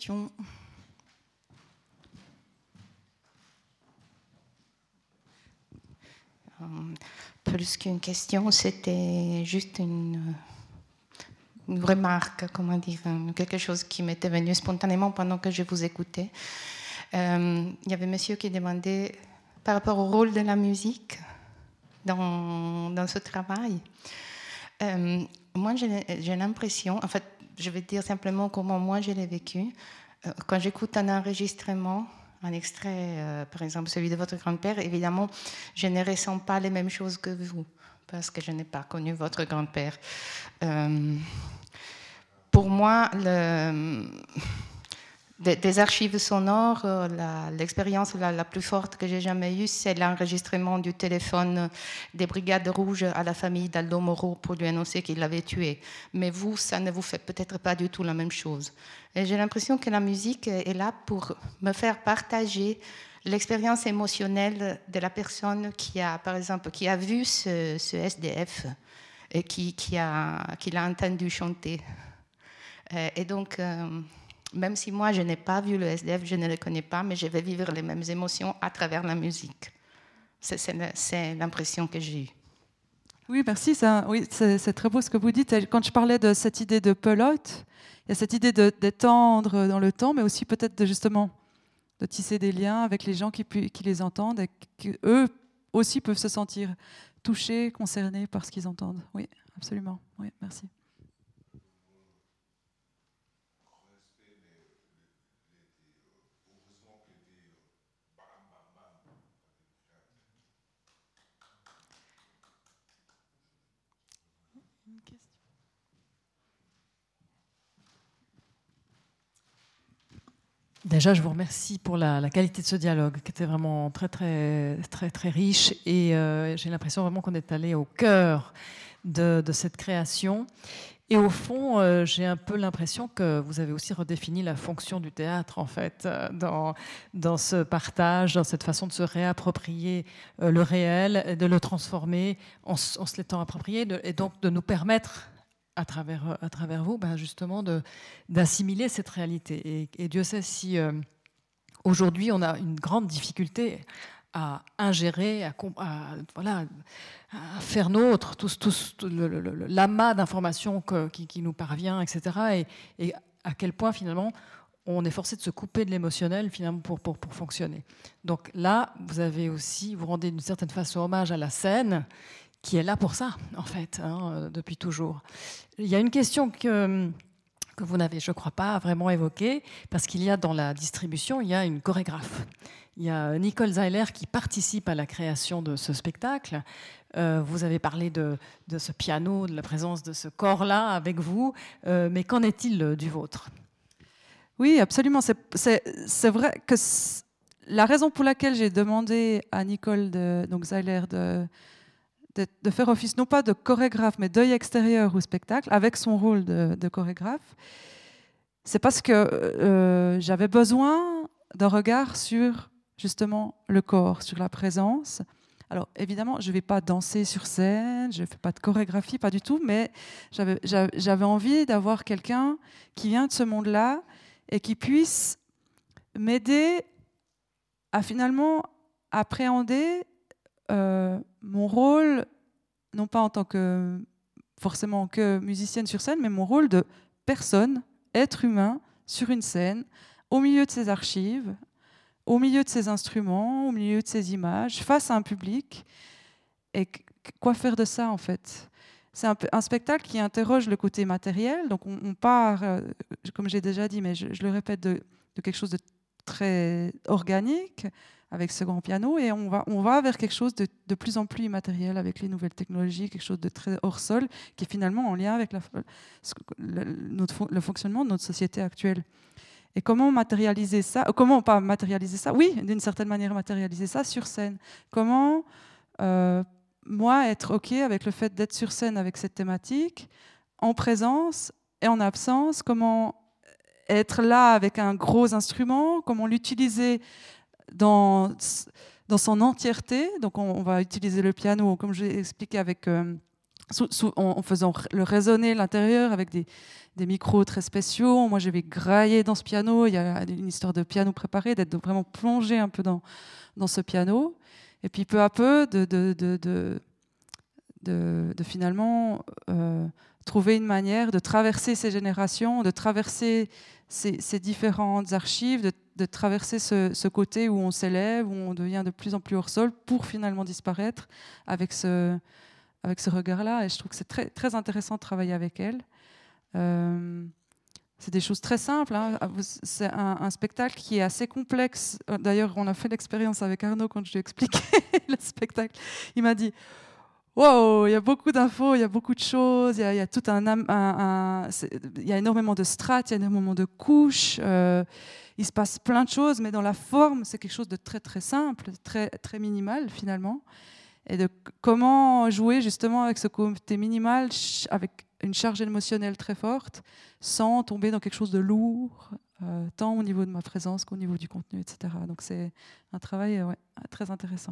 Um, plus qu'une question, c'était juste une, une remarque, comment dire, quelque chose qui m'était venu spontanément pendant que je vous écoutais. Um, il y avait monsieur qui demandait par rapport au rôle de la musique dans, dans ce travail. Um, moi, j'ai, j'ai l'impression, en fait, je vais dire simplement comment moi je l'ai vécu. Quand j'écoute un enregistrement, un extrait, euh, par exemple celui de votre grand-père, évidemment, je ne ressens pas les mêmes choses que vous, parce que je n'ai pas connu votre grand-père. Euh, pour moi, le, des, des archives sonores, la, l'expérience la, la plus forte que j'ai jamais eue, c'est l'enregistrement du téléphone des Brigades Rouges à la famille d'Aldo Moro pour lui annoncer qu'il l'avait tué. Mais vous, ça ne vous fait peut-être pas du tout la même chose. Et j'ai l'impression que la musique est là pour me faire partager l'expérience émotionnelle de la personne qui a, par exemple, qui a vu ce, ce S D F et qui, qui, a, qui l'a entendu chanter. Et donc, euh, même si moi, je n'ai pas vu le S D F, je ne le connais pas, mais je vais vivre les mêmes émotions à travers la musique. C'est, c'est, c'est l'impression que j'ai eue. Oui, merci. Ça, oui, c'est, c'est très beau ce que vous dites. Quand je parlais de cette idée de pelote, il y a cette idée de, d'étendre dans le temps, mais aussi peut-être de, justement de tisser des liens avec les gens qui, qui les entendent et qu'eux aussi peuvent se sentir touchés, concernés par ce qu'ils entendent. Oui, absolument. Oui, merci. Déjà, je vous remercie pour la, la qualité de ce dialogue, qui était vraiment très, très, très, très riche. Et euh, j'ai l'impression vraiment qu'on est allé au cœur de, de cette création. Et au fond, euh, j'ai un peu l'impression que vous avez aussi redéfini la fonction du théâtre, en fait, euh, dans, dans ce partage, dans cette façon de se réapproprier euh, le réel, de le transformer en, en se l'étant approprié, de, et donc de nous permettre à travers, à travers vous, ben justement, de, d'assimiler cette réalité. Et, et Dieu sait si euh, aujourd'hui, on a une grande difficulté à ingérer, à, à, voilà, à faire nôtre tout, tout, tout le, le, le, l'amas d'informations que, qui, qui nous parvient, et cetera. Et, et à quel point, finalement, on est forcé de se couper de l'émotionnel, finalement, pour, pour, pour fonctionner. Donc là, vous avez aussi, vous rendez d'une certaine façon hommage à la scène, qui est là pour ça, en fait, hein, depuis toujours. Il y a une question que, que vous n'avez, je ne crois pas, vraiment évoquée, parce qu'il y a dans la distribution, il y a une chorégraphe. Il y a Nicole Zeiler qui participe à la création de ce spectacle. Euh, vous avez parlé de, de ce piano, de la présence de ce corps-là avec vous, euh, mais qu'en est-il du vôtre ? Oui, absolument. C'est, c'est, c'est vrai que c'est la raison pour laquelle j'ai demandé à Nicole de, donc Zeiler de... De, de faire office non pas de chorégraphe, mais d'œil extérieur au spectacle, avec son rôle de, de chorégraphe, c'est parce que euh, j'avais besoin d'un regard sur justement le corps, sur la présence. Alors évidemment, je ne vais pas danser sur scène, je ne fais pas de chorégraphie, pas du tout, mais j'avais, j'avais envie d'avoir quelqu'un qui vient de ce monde-là et qui puisse m'aider à finalement appréhender Euh, mon rôle, non pas en tant que forcément que musicienne sur scène, mais mon rôle de personne, être humain, sur une scène, au milieu de ses archives, au milieu de ses instruments, au milieu de ses images, face à un public. Et quoi faire de ça, en fait ? C'est un, un spectacle qui interroge le côté matériel, donc on, on part, euh, comme j'ai déjà dit, mais je, je le répète, de, de quelque chose de très organique, avec ce grand piano, et on va, on va vers quelque chose de, de plus en plus immatériel avec les nouvelles technologies, quelque chose de très hors sol, qui est finalement en lien avec la, le, notre, le fonctionnement de notre société actuelle. Et comment matérialiser ça, comment pas matérialiser ça, oui, d'une certaine manière matérialiser ça sur scène. Comment, euh, moi, être OK avec le fait d'être sur scène avec cette thématique, en présence et en absence, comment être là avec un gros instrument, comment l'utiliser dans, dans son entièreté. Donc on, on va utiliser le piano, comme je l'ai expliqué, avec, euh, sous, sous, en, en faisant le résonner l'intérieur avec des, des micros très spéciaux. Moi, je vais grailler dans ce piano. Il y a une histoire de piano préparé, d'être vraiment plongé un peu dans, dans ce piano. Et puis peu à peu, de, de, de, de, de, de finalement euh, trouver une manière de traverser ces générations, de traverser ces, ces différentes archives, de, de traverser ce, ce côté où on s'élève, où on devient de plus en plus hors sol, pour finalement disparaître avec ce, avec ce regard-là. Et je trouve que c'est très, très intéressant de travailler avec elle. Euh, c'est des choses très simples, hein. C'est un, un spectacle qui est assez complexe. D'ailleurs, on a fait l'expérience avec Arnaud quand je lui ai expliqué le spectacle. Il m'a dit « Wow, il y a beaucoup d'infos, il y a beaucoup de choses, il y a, il y a tout un, un, un il y a énormément de strates, il y a énormément de couches. Euh, il se passe plein de choses, mais dans la forme, c'est quelque chose de très très simple, très très minimal finalement. Et de comment jouer justement avec ce côté minimal, avec une charge émotionnelle très forte, sans tomber dans quelque chose de lourd, euh, tant au niveau de ma présence qu'au niveau du contenu, et cetera. Donc c'est un travail ouais, très intéressant.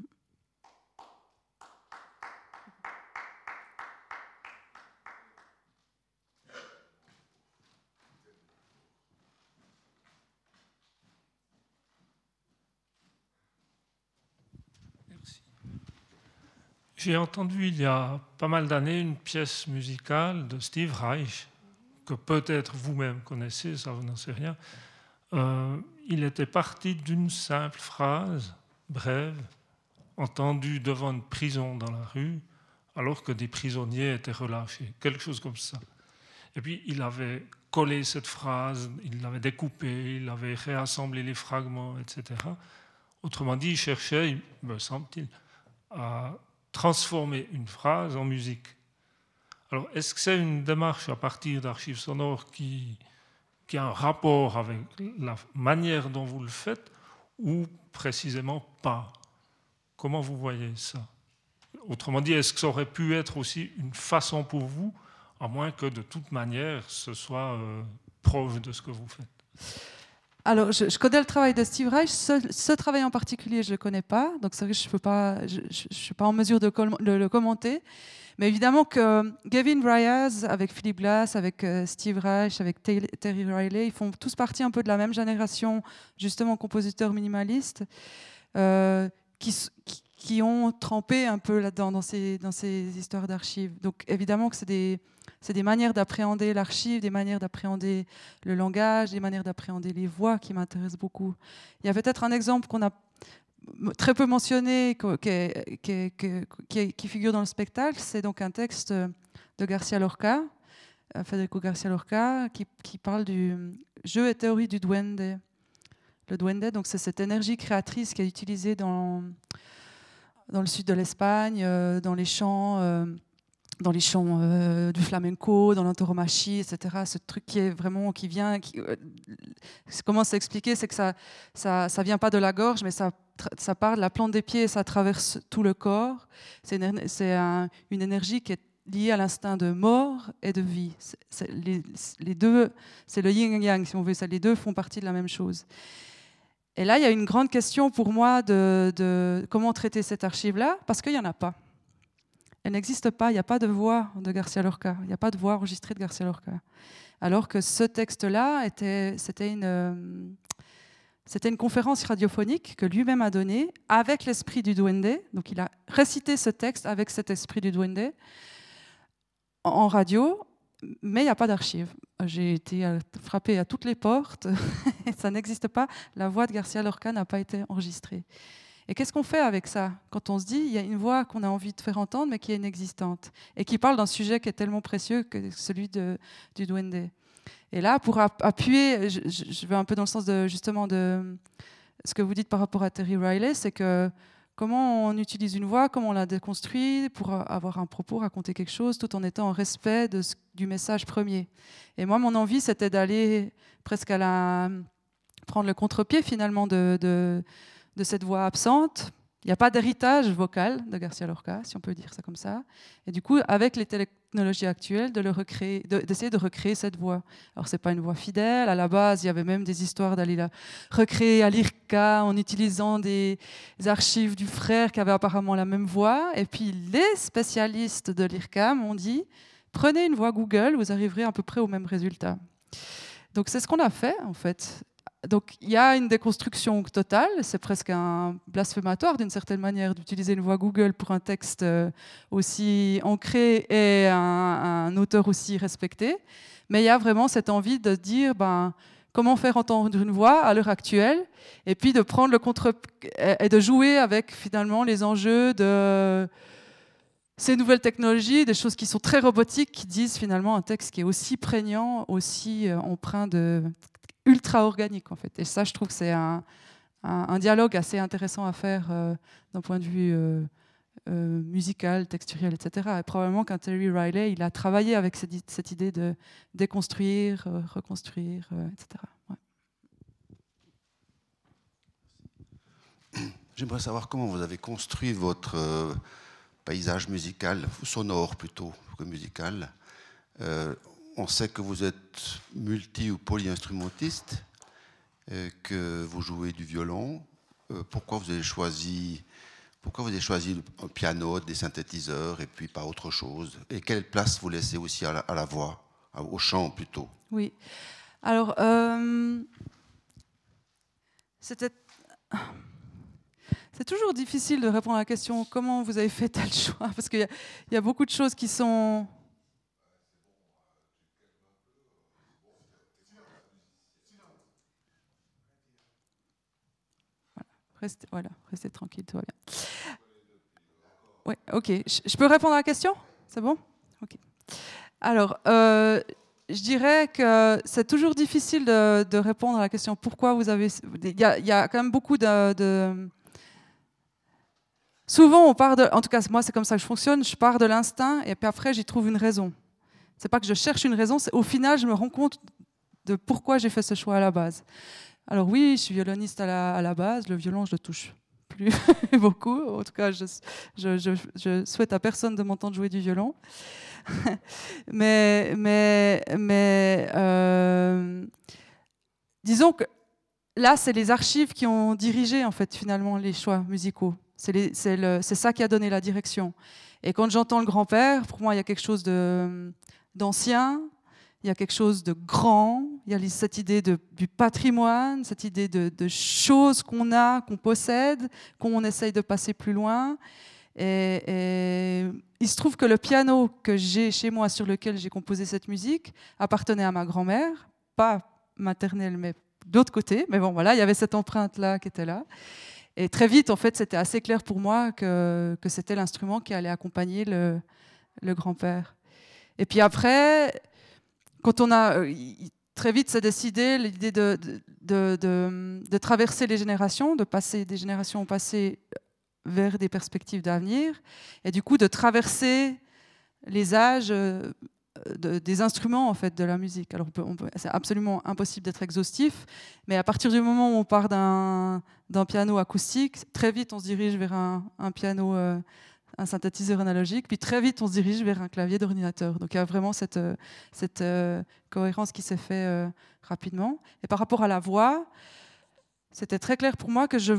J'ai entendu il y a pas mal d'années une pièce musicale de Steve Reich, que peut-être vous-même connaissez, ça vous n'en savez rien. Euh, il était parti d'une simple phrase, brève, entendue devant une prison dans la rue, alors que des prisonniers étaient relâchés, quelque chose comme ça. Et puis il avait collé cette phrase, il l'avait découpée, il avait réassemblé les fragments, et cetera. Autrement dit, il cherchait, me semble-t-il, à transformer une phrase en musique. Alors, est-ce que c'est une démarche à partir d'archives sonores qui, qui a un rapport avec la manière dont vous le faites ou précisément pas? Comment vous voyez ça? Autrement dit, est-ce que ça aurait pu être aussi une façon pour vous, à moins que de toute manière ce soit euh, proche de ce que vous faites? Alors, je, je connais le travail de Steve Reich. Ce, ce travail en particulier, je ne le connais pas. Donc, c'est vrai que je ne suis pas en mesure de, de, de le commenter. Mais évidemment que Gavin Bryars, avec Philip Glass, avec euh, Steve Reich, avec Terry Riley, ils font tous partie un peu de la même génération, justement, compositeurs minimalistes, euh, qui, qui, qui ont trempé un peu là-dedans, dans ces, dans ces histoires d'archives. Donc, évidemment que c'est des... C'est des manières d'appréhender l'archive, des manières d'appréhender le langage, des manières d'appréhender les voix qui m'intéressent beaucoup. Il y a peut-être un exemple qu'on a très peu mentionné, qui, qui, qui, qui figure dans le spectacle, c'est donc un texte de Garcia Lorca, Federico Garcia Lorca, qui, qui parle du jeu et théorie du duende. Le duende, donc c'est cette énergie créatrice qui est utilisée dans, dans le sud de l'Espagne, dans les chants... dans les chants euh, du flamenco, dans l'antoromachie, et cetera. Ce truc qui est vraiment, qui vient, qui, euh, comment s'expliquer, c'est que ça, ça, ça vient pas de la gorge, mais ça, ça part de la plante des pieds et ça traverse tout le corps. C'est une, c'est un, une énergie qui est liée à l'instinct de mort et de vie. C'est, c'est les, les deux, c'est le yin et yang, si on veut. Ça, les deux font partie de la même chose. Et là, il y a une grande question pour moi de, de comment traiter cette archive-là, parce qu'il y en a pas. Elle n'existe pas, il n'y a pas de voix de Garcia Lorca, il n'y a pas de voix enregistrée de Garcia Lorca. Alors que ce texte-là, était, c'était, une, euh, c'était une conférence radiophonique que lui-même a donnée avec l'esprit du duende. Donc il a récité ce texte avec cet esprit du duende en radio, mais il n'y a pas d'archives. J'ai été frappée à toutes les portes, et ça n'existe pas. La voix de Garcia Lorca n'a pas été enregistrée. Et qu'est-ce qu'on fait avec ça quand on se dit il y a une voix qu'on a envie de faire entendre mais qui est inexistante et qui parle d'un sujet qui est tellement précieux que celui de, du duende. Et là, pour appuyer, je, je vais un peu dans le sens de justement de, ce que vous dites par rapport à Terry Riley, c'est que comment on utilise une voix, comment on la déconstruit pour avoir un propos, raconter quelque chose, tout en étant en respect de ce, du message premier. Et moi, mon envie, c'était d'aller presque à la... prendre le contre-pied, finalement, de, de, de cette voix absente. Il n'y a pas d'héritage vocal de García Lorca, si on peut dire ça comme ça. Et du coup, avec les technologies actuelles, de le recréer, de, d'essayer de recréer cette voix. Alors, ce n'est pas une voix fidèle. À la base, il y avait même des histoires d'aller la recréer à l'I R C A en utilisant des archives du frère qui avait apparemment la même voix. Et puis, les spécialistes de l'I R C A m'ont dit, prenez une voix Google, vous arriverez à peu près au même résultat. Donc, c'est ce qu'on a fait, en fait. Donc, il y a une déconstruction totale, c'est presque un blasphématoire d'une certaine manière d'utiliser une voix Google pour un texte aussi ancré et un, un auteur aussi respecté. Mais il y a vraiment cette envie de dire ben, comment faire entendre une voix à l'heure actuelle et puis de prendre le contre et de jouer avec finalement les enjeux de ces nouvelles technologies, des choses qui sont très robotiques, qui disent finalement un texte qui est aussi prégnant, aussi empreint de ultra organique en fait. Et ça, je trouve que c'est un, un, un dialogue assez intéressant à faire euh, d'un point de vue euh, euh, musical, texturel, et cetera. Et probablement qu'un Terry Riley, il a travaillé avec cette, cette idée de déconstruire, euh, reconstruire, euh, et cetera. Ouais. J'aimerais savoir comment vous avez construit votre euh, paysage musical, sonore plutôt que musical. Euh, On sait que vous êtes multi- ou polyinstrumentiste, euh, que vous jouez du violon. Euh, pourquoi vous avez choisi, pourquoi vous avez choisi un piano, des synthétiseurs et puis pas autre chose? Et quelle place vous laissez aussi à la, à la voix, au chant plutôt? Oui. Alors, euh, c'était... C'est toujours difficile de répondre à la question comment vous avez fait tel choix, parce qu'il y, y a beaucoup de choses qui sont... Restez, voilà, restez tranquille, tout va bien. Oui, ok. Je, je peux répondre à la question? C'est bon? Ok. Alors, euh, je dirais que c'est toujours difficile de, de répondre à la question pourquoi vous avez... Il y a, il y a quand même beaucoup de, de... Souvent, on part de... En tout cas, moi, c'est comme ça que je fonctionne. Je pars de l'instinct et puis après, j'y trouve une raison. C'est pas que je cherche une raison, c'est au final, je me rends compte de pourquoi j'ai fait ce choix à la base. Alors oui, je suis violoniste à la, à la base. Le violon, je le touche plus beaucoup. En tout cas, je, je, je, je souhaite à personne de m'entendre jouer du violon. mais mais, mais euh, disons que là, c'est les archives qui ont dirigé en fait finalement les choix musicaux. C'est, les, c'est, le, c'est ça qui a donné la direction. Et quand j'entends le grand-père, pour moi, il y a quelque chose de, d'ancien. Il y a quelque chose de grand, il y a cette idée de, du patrimoine, cette idée de, de choses qu'on a, qu'on possède, qu'on essaye de passer plus loin. Et, et il se trouve que le piano que j'ai chez moi, sur lequel j'ai composé cette musique, appartenait à ma grand-mère, pas maternelle, mais d'autre côté. Mais bon, voilà, il y avait cette empreinte-là qui était là. Et très vite, en fait, c'était assez clair pour moi que, que c'était l'instrument qui allait accompagner le, le grand-père. Et puis après... Quand on a très vite s'est décidé l'idée de, de, de, de traverser les générations, de passer des générations au passé vers des perspectives d'avenir, et du coup de traverser les âges de, des instruments en fait de la musique. Alors on peut, on peut, c'est absolument impossible d'être exhaustif, mais à partir du moment où on part d'un, d'un piano acoustique, très vite on se dirige vers un, un piano euh, un synthétiseur analogique, puis très vite on se dirige vers un clavier d'ordinateur. Donc il y a vraiment cette, cette euh, cohérence qui s'est faite euh, rapidement. Et par rapport à la voix, c'était très clair pour moi que je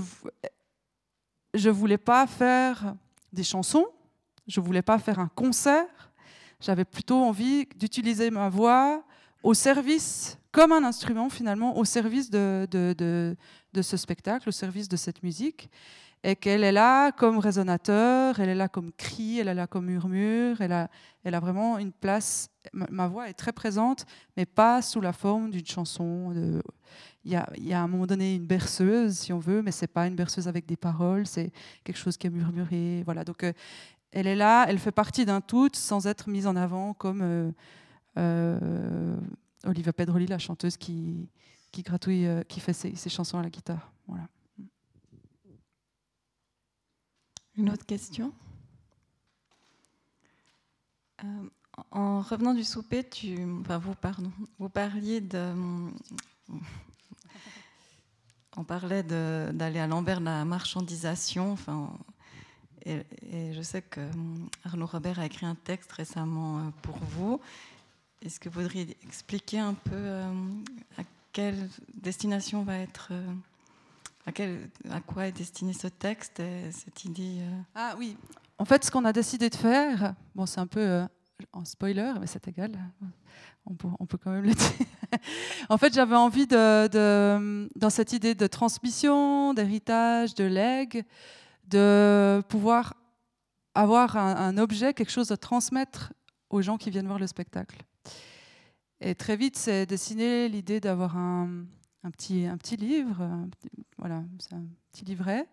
ne voulais pas faire des chansons, je ne voulais pas faire un concert, j'avais plutôt envie d'utiliser ma voix au service, comme un instrument finalement, au service de, de, de, de ce spectacle, au service de cette musique. Et qu'elle est là comme résonateur, elle est là comme cri, elle est là comme murmure, elle a, elle a vraiment une place. Ma, ma voix est très présente, mais pas sous la forme d'une chanson. De... Il, y a, il y a à un moment donné une berceuse, si on veut, mais c'est pas une berceuse avec des paroles, c'est quelque chose qui est murmuré. Voilà. Donc, euh, elle est là, elle fait partie d'un tout, sans être mise en avant comme euh, euh, Olivia Pedroli, la chanteuse qui, qui gratouille, euh, qui fait ses, ses chansons à la guitare. Voilà. Une autre question? euh, En revenant du souper, tu, enfin vous, pardon, vous parliez de... On parlait de, d'aller à l'envers de la marchandisation. Enfin, et, et je sais que Arnaud Robert a écrit un texte récemment pour vous. Est-ce que vous voudriez expliquer un peu euh, à quelle destination va être, euh, à, quel, à quoi est destiné ce texte et cette idée euh... Ah oui. En fait, ce qu'on a décidé de faire, bon, c'est un peu euh, en spoiler, mais c'est égal. On peut, on peut quand même le dire. En fait, j'avais envie de, de, dans cette idée de transmission, d'héritage, de legs, de pouvoir avoir un, un objet, quelque chose à transmettre aux gens qui viennent voir le spectacle. Et très vite, c'est dessiné l'idée d'avoir un, un, petit, un petit livre, un petit, voilà, c'est un petit livret,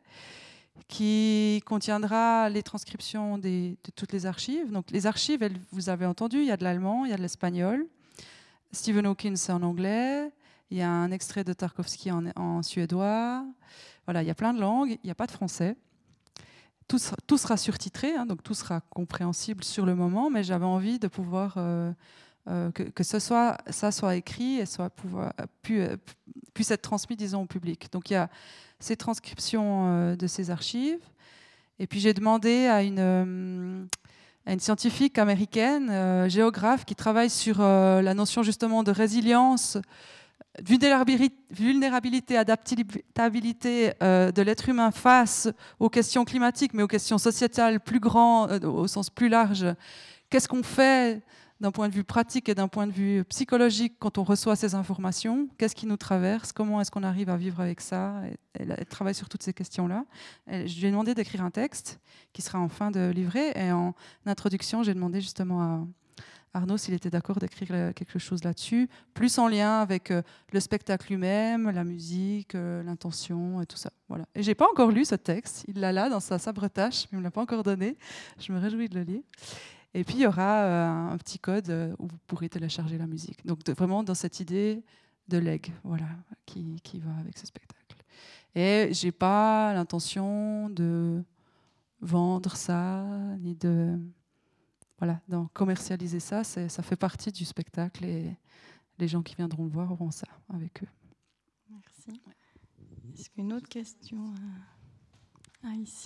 qui contiendra les transcriptions des, de toutes les archives. Donc, les archives, elles, vous avez entendu, il y a de l'allemand, il y a de l'espagnol. Stephen Hawking, c'est en anglais. Il y a un extrait de Tarkovsky en, en suédois. Voilà, il y a plein de langues. Il n'y a pas de français. Tout sera, tout sera surtitré, hein, donc tout sera compréhensible sur le moment. Mais j'avais envie de pouvoir euh, euh, que, que ce soit, ça soit écrit et soit pouvoir, pu, puisse être transmis, disons, au public. Donc il y a ces transcriptions euh, de ces archives. Et puis j'ai demandé à une euh, à une scientifique américaine, euh, géographe, qui travaille sur euh, la notion justement de résilience, vulnérabilité, vulnérabilité adaptabilité euh, de l'être humain face aux questions climatiques, mais aux questions sociétales plus grandes, euh, au sens plus large. Qu'est-ce qu'on fait d'un point de vue pratique et d'un point de vue psychologique quand on reçoit ces informations? Qu'est-ce qui nous traverse? Comment est-ce qu'on arrive à vivre avec ça? Elle, elle travaille sur toutes ces questions-là. Et je lui ai demandé d'écrire un texte qui sera en fin de livret. Et en introduction, j'ai demandé justement à Arnaud s'il était d'accord d'écrire quelque chose là-dessus, plus en lien avec le spectacle lui-même, la musique, l'intention et tout ça. Voilà. Et je n'ai pas encore lu ce texte. Il l'a là dans sa sabre-tâche, mais il ne me l'a pas encore donné. Je me réjouis de le lire. Et puis, il y aura euh, un petit code euh, où vous pourrez télécharger la musique. Donc, de, vraiment dans cette idée de leg, voilà, qui, qui va avec ce spectacle. Et je n'ai pas l'intention de vendre ça, ni de voilà, d'en commercialiser ça. C'est, ça fait partie du spectacle et les gens qui viendront le voir auront ça avec eux. Merci. Est-ce qu'une autre question? Ah, ici.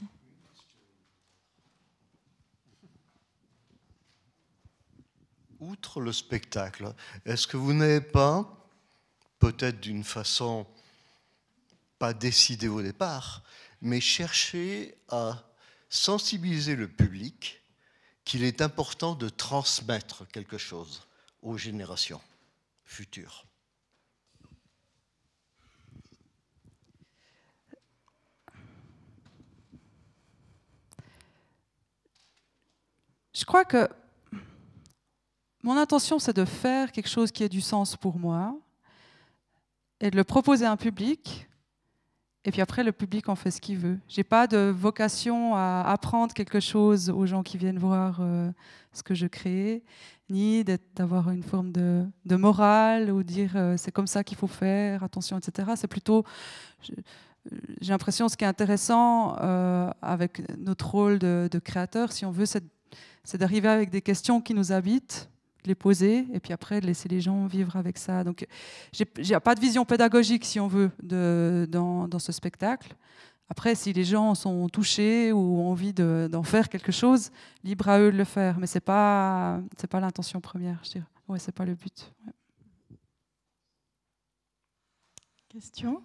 Outre le spectacle, est-ce que vous n'avez pas, peut-être d'une façon pas décidée au départ, mais cherché à sensibiliser le public qu'il est important de transmettre quelque chose aux générations futures? Je crois que mon intention, c'est de faire quelque chose qui ait du sens pour moi et de le proposer à un public. Et puis après, le public en fait ce qu'il veut. Je n'ai pas de vocation à apprendre quelque chose aux gens qui viennent voir euh, ce que je crée, ni d'avoir une forme de, de morale ou dire euh, c'est comme ça qu'il faut faire, attention, et cetera. C'est plutôt... Je, j'ai l'impression que ce qui est intéressant euh, avec notre rôle de, de créateur, si on veut, c'est, c'est d'arriver avec des questions qui nous habitent, les poser et puis après de laisser les gens vivre avec ça. Donc j'ai, j'ai pas de vision pédagogique si on veut de, dans, dans ce spectacle. Après, si les gens sont touchés ou ont envie de, d'en faire quelque chose, libre à eux de le faire. Mais c'est pas c'est pas l'intention première, je dirais. Ouais, c'est pas le but. Ouais. Question?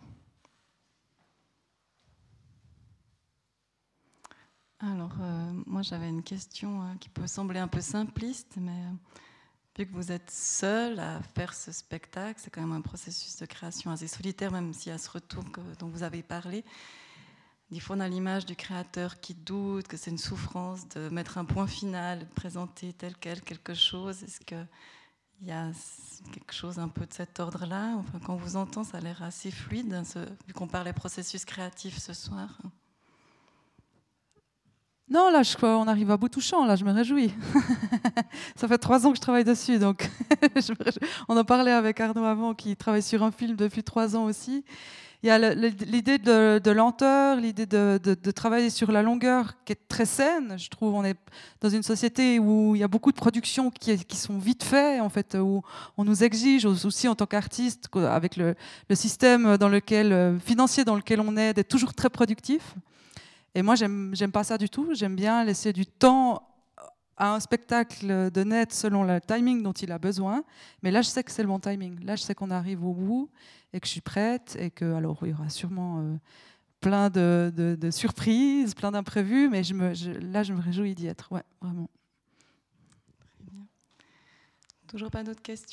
Alors, euh, moi j'avais une question euh, qui peut sembler un peu simpliste, mais euh, vu que vous êtes seul à faire ce spectacle, c'est quand même un processus de création assez solitaire, même s'il y a ce retour que, dont vous avez parlé. Des fois, on a l'image du créateur qui doute, que c'est une souffrance de mettre un point final, de présenter tel quel quelque chose. Est-ce qu'il y a quelque chose un peu de cet ordre-là? Enfin, quand on vous entend, ça a l'air assez fluide, hein, ce, vu qu'on parlait processus créatif ce soir. Non, là, je crois on arrive à bout touchant, là, je me réjouis. Ça fait trois ans que je travaille dessus, donc je me réjouis. On en parlait avec Arnaud avant, qui travaille sur un film depuis trois ans aussi. Il y a le, le, l'idée de, de lenteur, l'idée de, de, de travailler sur la longueur qui est très saine. Je trouve on est dans une société où il y a beaucoup de productions qui, qui sont vite faites, en fait, où on nous exige aussi en tant qu'artiste, avec le, le système dans lequel, financier dans lequel on est, d'être toujours très productif. Et moi, j'aime, j'aime pas ça du tout. J'aime bien laisser du temps à un spectacle de net selon le timing dont il a besoin. Mais là, je sais que c'est le bon timing. Là, je sais qu'on arrive au bout et que je suis prête. Et que, alors, il y aura sûrement euh, plein de, de, de surprises, plein d'imprévus. Mais je me, je, là, je me réjouis d'y être. Ouais, vraiment. Très bien. Toujours pas d'autres questions ?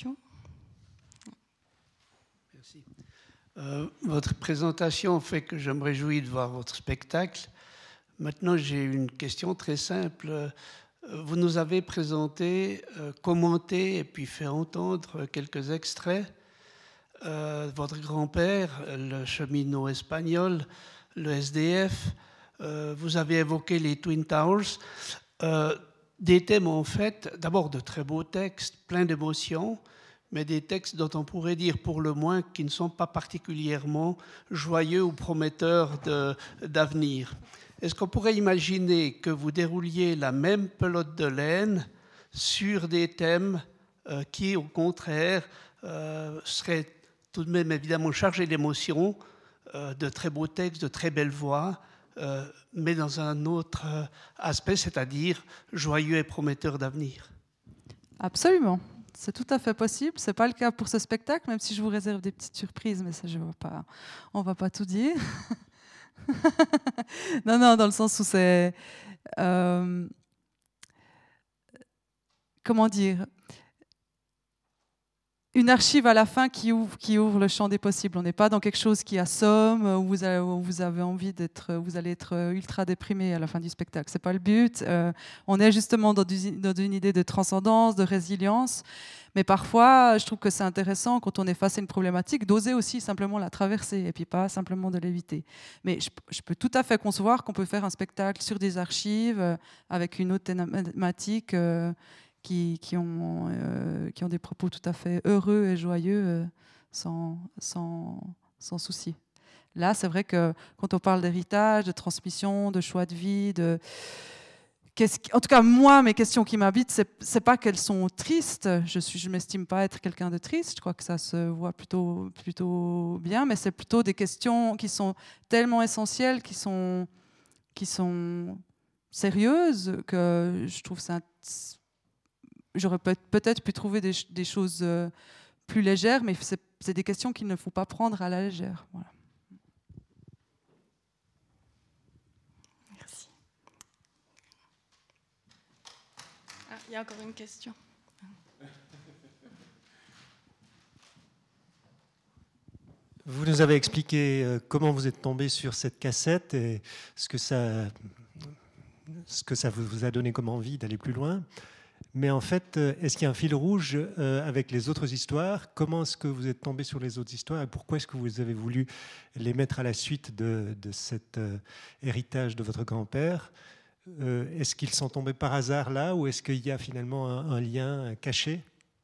Merci. Euh, votre présentation fait que je me réjouis de voir votre spectacle. Maintenant, j'ai une question très simple. Vous nous avez présenté, euh, commenté et puis fait entendre quelques extraits. Euh, votre grand-père, le cheminot espagnol, le S D F, euh, vous avez évoqué les Twin Towers. Euh, des thèmes, en fait, d'abord de très beaux textes, pleins d'émotions, mais des textes dont on pourrait dire pour le moins qu'ils ne sont pas particulièrement joyeux ou prometteurs de, d'avenir. Est-ce qu'on pourrait imaginer que vous dérouliez la même pelote de laine sur des thèmes euh, qui, au contraire, euh, seraient tout de même évidemment chargés d'émotions, euh, de très beaux textes, de très belles voix, euh, mais dans un autre euh, aspect, c'est-à-dire joyeux et prometteur d'avenir? Absolument. C'est tout à fait possible. Ce n'est pas le cas pour ce spectacle, même si je vous réserve des petites surprises, mais ça, je vois pas, on ne va pas tout dire. non, non, dans le sens où c'est... Euh, comment dire, une archive à la fin qui ouvre, qui ouvre le champ des possibles. On n'est pas dans quelque chose qui assomme, où vous avez, où vous avez envie d'être, vous allez être ultra déprimé à la fin du spectacle. C'est pas le but. Euh, on est justement dans, du, dans une idée de transcendance, de résilience. Mais parfois, je trouve que c'est intéressant, quand on est face à une problématique, d'oser aussi simplement la traverser et puis pas simplement de l'éviter. Mais je, je peux tout à fait concevoir qu'on peut faire un spectacle sur des archives euh, avec une autre thématique euh, qui, qui, ont, euh, qui ont des propos tout à fait heureux et joyeux euh, sans, sans, sans souci. Là, c'est vrai que quand on parle d'héritage, de transmission, de choix de vie, de... En tout cas, moi, mes questions qui m'habitent, c'est, c'est pas qu'elles sont tristes. Je suis, je m'estime pas être quelqu'un de triste. Je crois que ça se voit plutôt, plutôt bien, mais c'est plutôt des questions qui sont tellement essentielles, qui sont, qui sont sérieuses, que je trouve ça. J'aurais peut-être pu trouver des, des choses plus légères, mais c'est, c'est des questions qu'il ne faut pas prendre à la légère. Voilà. Il y a encore une question. Vous nous avez expliqué comment vous êtes tombé sur cette cassette et ce que ça, ce que ça vous a donné comme envie d'aller plus loin. Mais en fait, est-ce qu'il y a un fil rouge avec les autres histoires? Comment est-ce que vous êtes tombé sur les autres histoires et pourquoi est-ce que vous avez voulu les mettre à la suite de, de cet héritage de votre grand-père? Euh, est-ce qu'ils sont tombés par hasard là ou est-ce qu'il y a finalement un, un lien caché?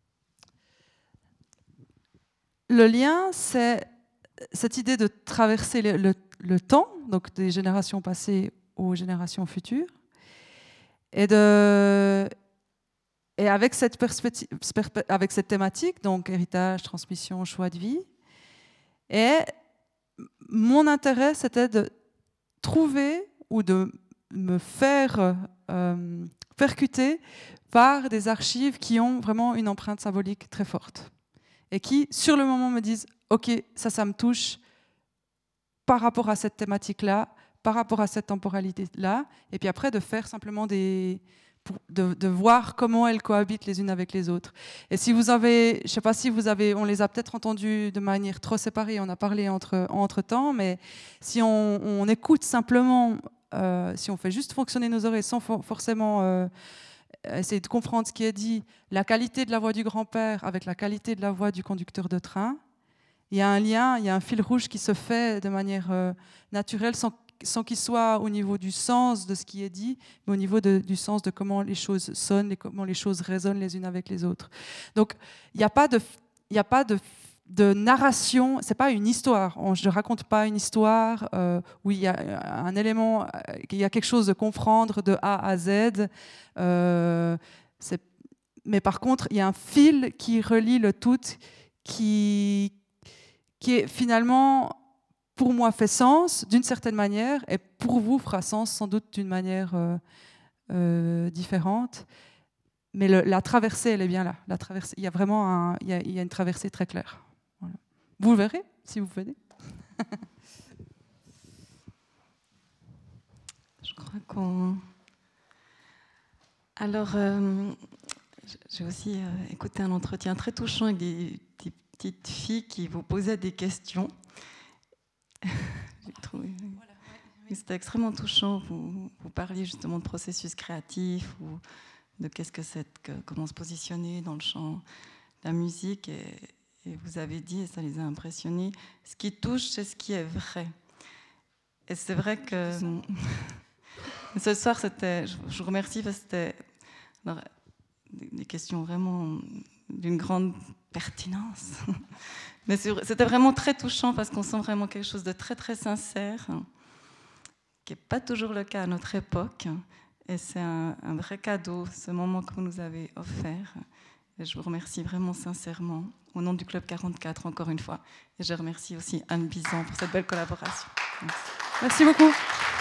Le lien, c'est cette idée de traverser le, le, le temps, donc des générations passées aux générations futures, et, de, et avec, cette perspective, avec cette thématique, donc héritage, transmission, choix de vie. Et mon intérêt, c'était de trouver ou de me faire euh, percuter par des archives qui ont vraiment une empreinte symbolique très forte et qui, sur le moment, me disent « Ok, ça, ça me touche par rapport à cette thématique-là, par rapport à cette temporalité-là », et puis après, de faire simplement des... Pour, de, de voir comment elles cohabitent les unes avec les autres. Et si vous avez... Je ne sais pas si vous avez... On les a peut-être entendues de manière trop séparée, on a parlé entre, entre temps, mais si on, on écoute simplement... Euh, si on fait juste fonctionner nos oreilles sans for- forcément euh, essayer de comprendre ce qui est dit, la qualité de la voix du grand-père avec la qualité de la voix du conducteur de train, il y a un lien, il y a un fil rouge qui se fait de manière euh, naturelle sans sans qu'il soit au niveau du sens de ce qui est dit, mais au niveau de, du sens de comment les choses sonnent et comment les choses résonnent les unes avec les autres. Donc, il n'y a pas de, il n'y a pas de, de narration, c'est pas une histoire. On, je ne raconte pas une histoire euh, où il y a un élément, il y a quelque chose de comprendre de A à Z. Euh, c'est, mais par contre, il y a un fil qui relie le tout, qui, qui est finalement, pour moi, fait sens d'une certaine manière, et pour vous fera sens sans doute d'une manière euh, euh, différente. Mais le, la traversée, elle est bien là. La traversée, il y a vraiment un, il y a, il y a une traversée très claire. Voilà. Vous le verrez si vous venez. Je crois qu'on... Alors, euh, j'ai aussi euh, écouté un entretien très touchant avec des, des petites filles qui vous posaient des questions. J'ai trouvé... Voilà, ouais, oui. C'était extrêmement touchant. Vous, vous parliez justement de processus créatif ou de qu'est-ce que c'est, que, comment se positionner dans le champ de la musique. Et, et vous avez dit, et ça les a impressionnés, ce qui touche, c'est ce qui est vrai. Et c'est vrai que ce soir, c'était, je vous remercie parce que c'était alors, des questions vraiment d'une grande pertinence. Mais c'était vraiment très touchant parce qu'on sent vraiment quelque chose de très très sincère, qui n'est pas toujours le cas à notre époque. Et c'est un, un vrai cadeau, ce moment que vous nous avez offert. Et je vous remercie vraiment sincèrement, au nom du Club quarante-quatre, encore une fois. Et je remercie aussi Anne Bizan pour cette belle collaboration. Merci, Merci beaucoup.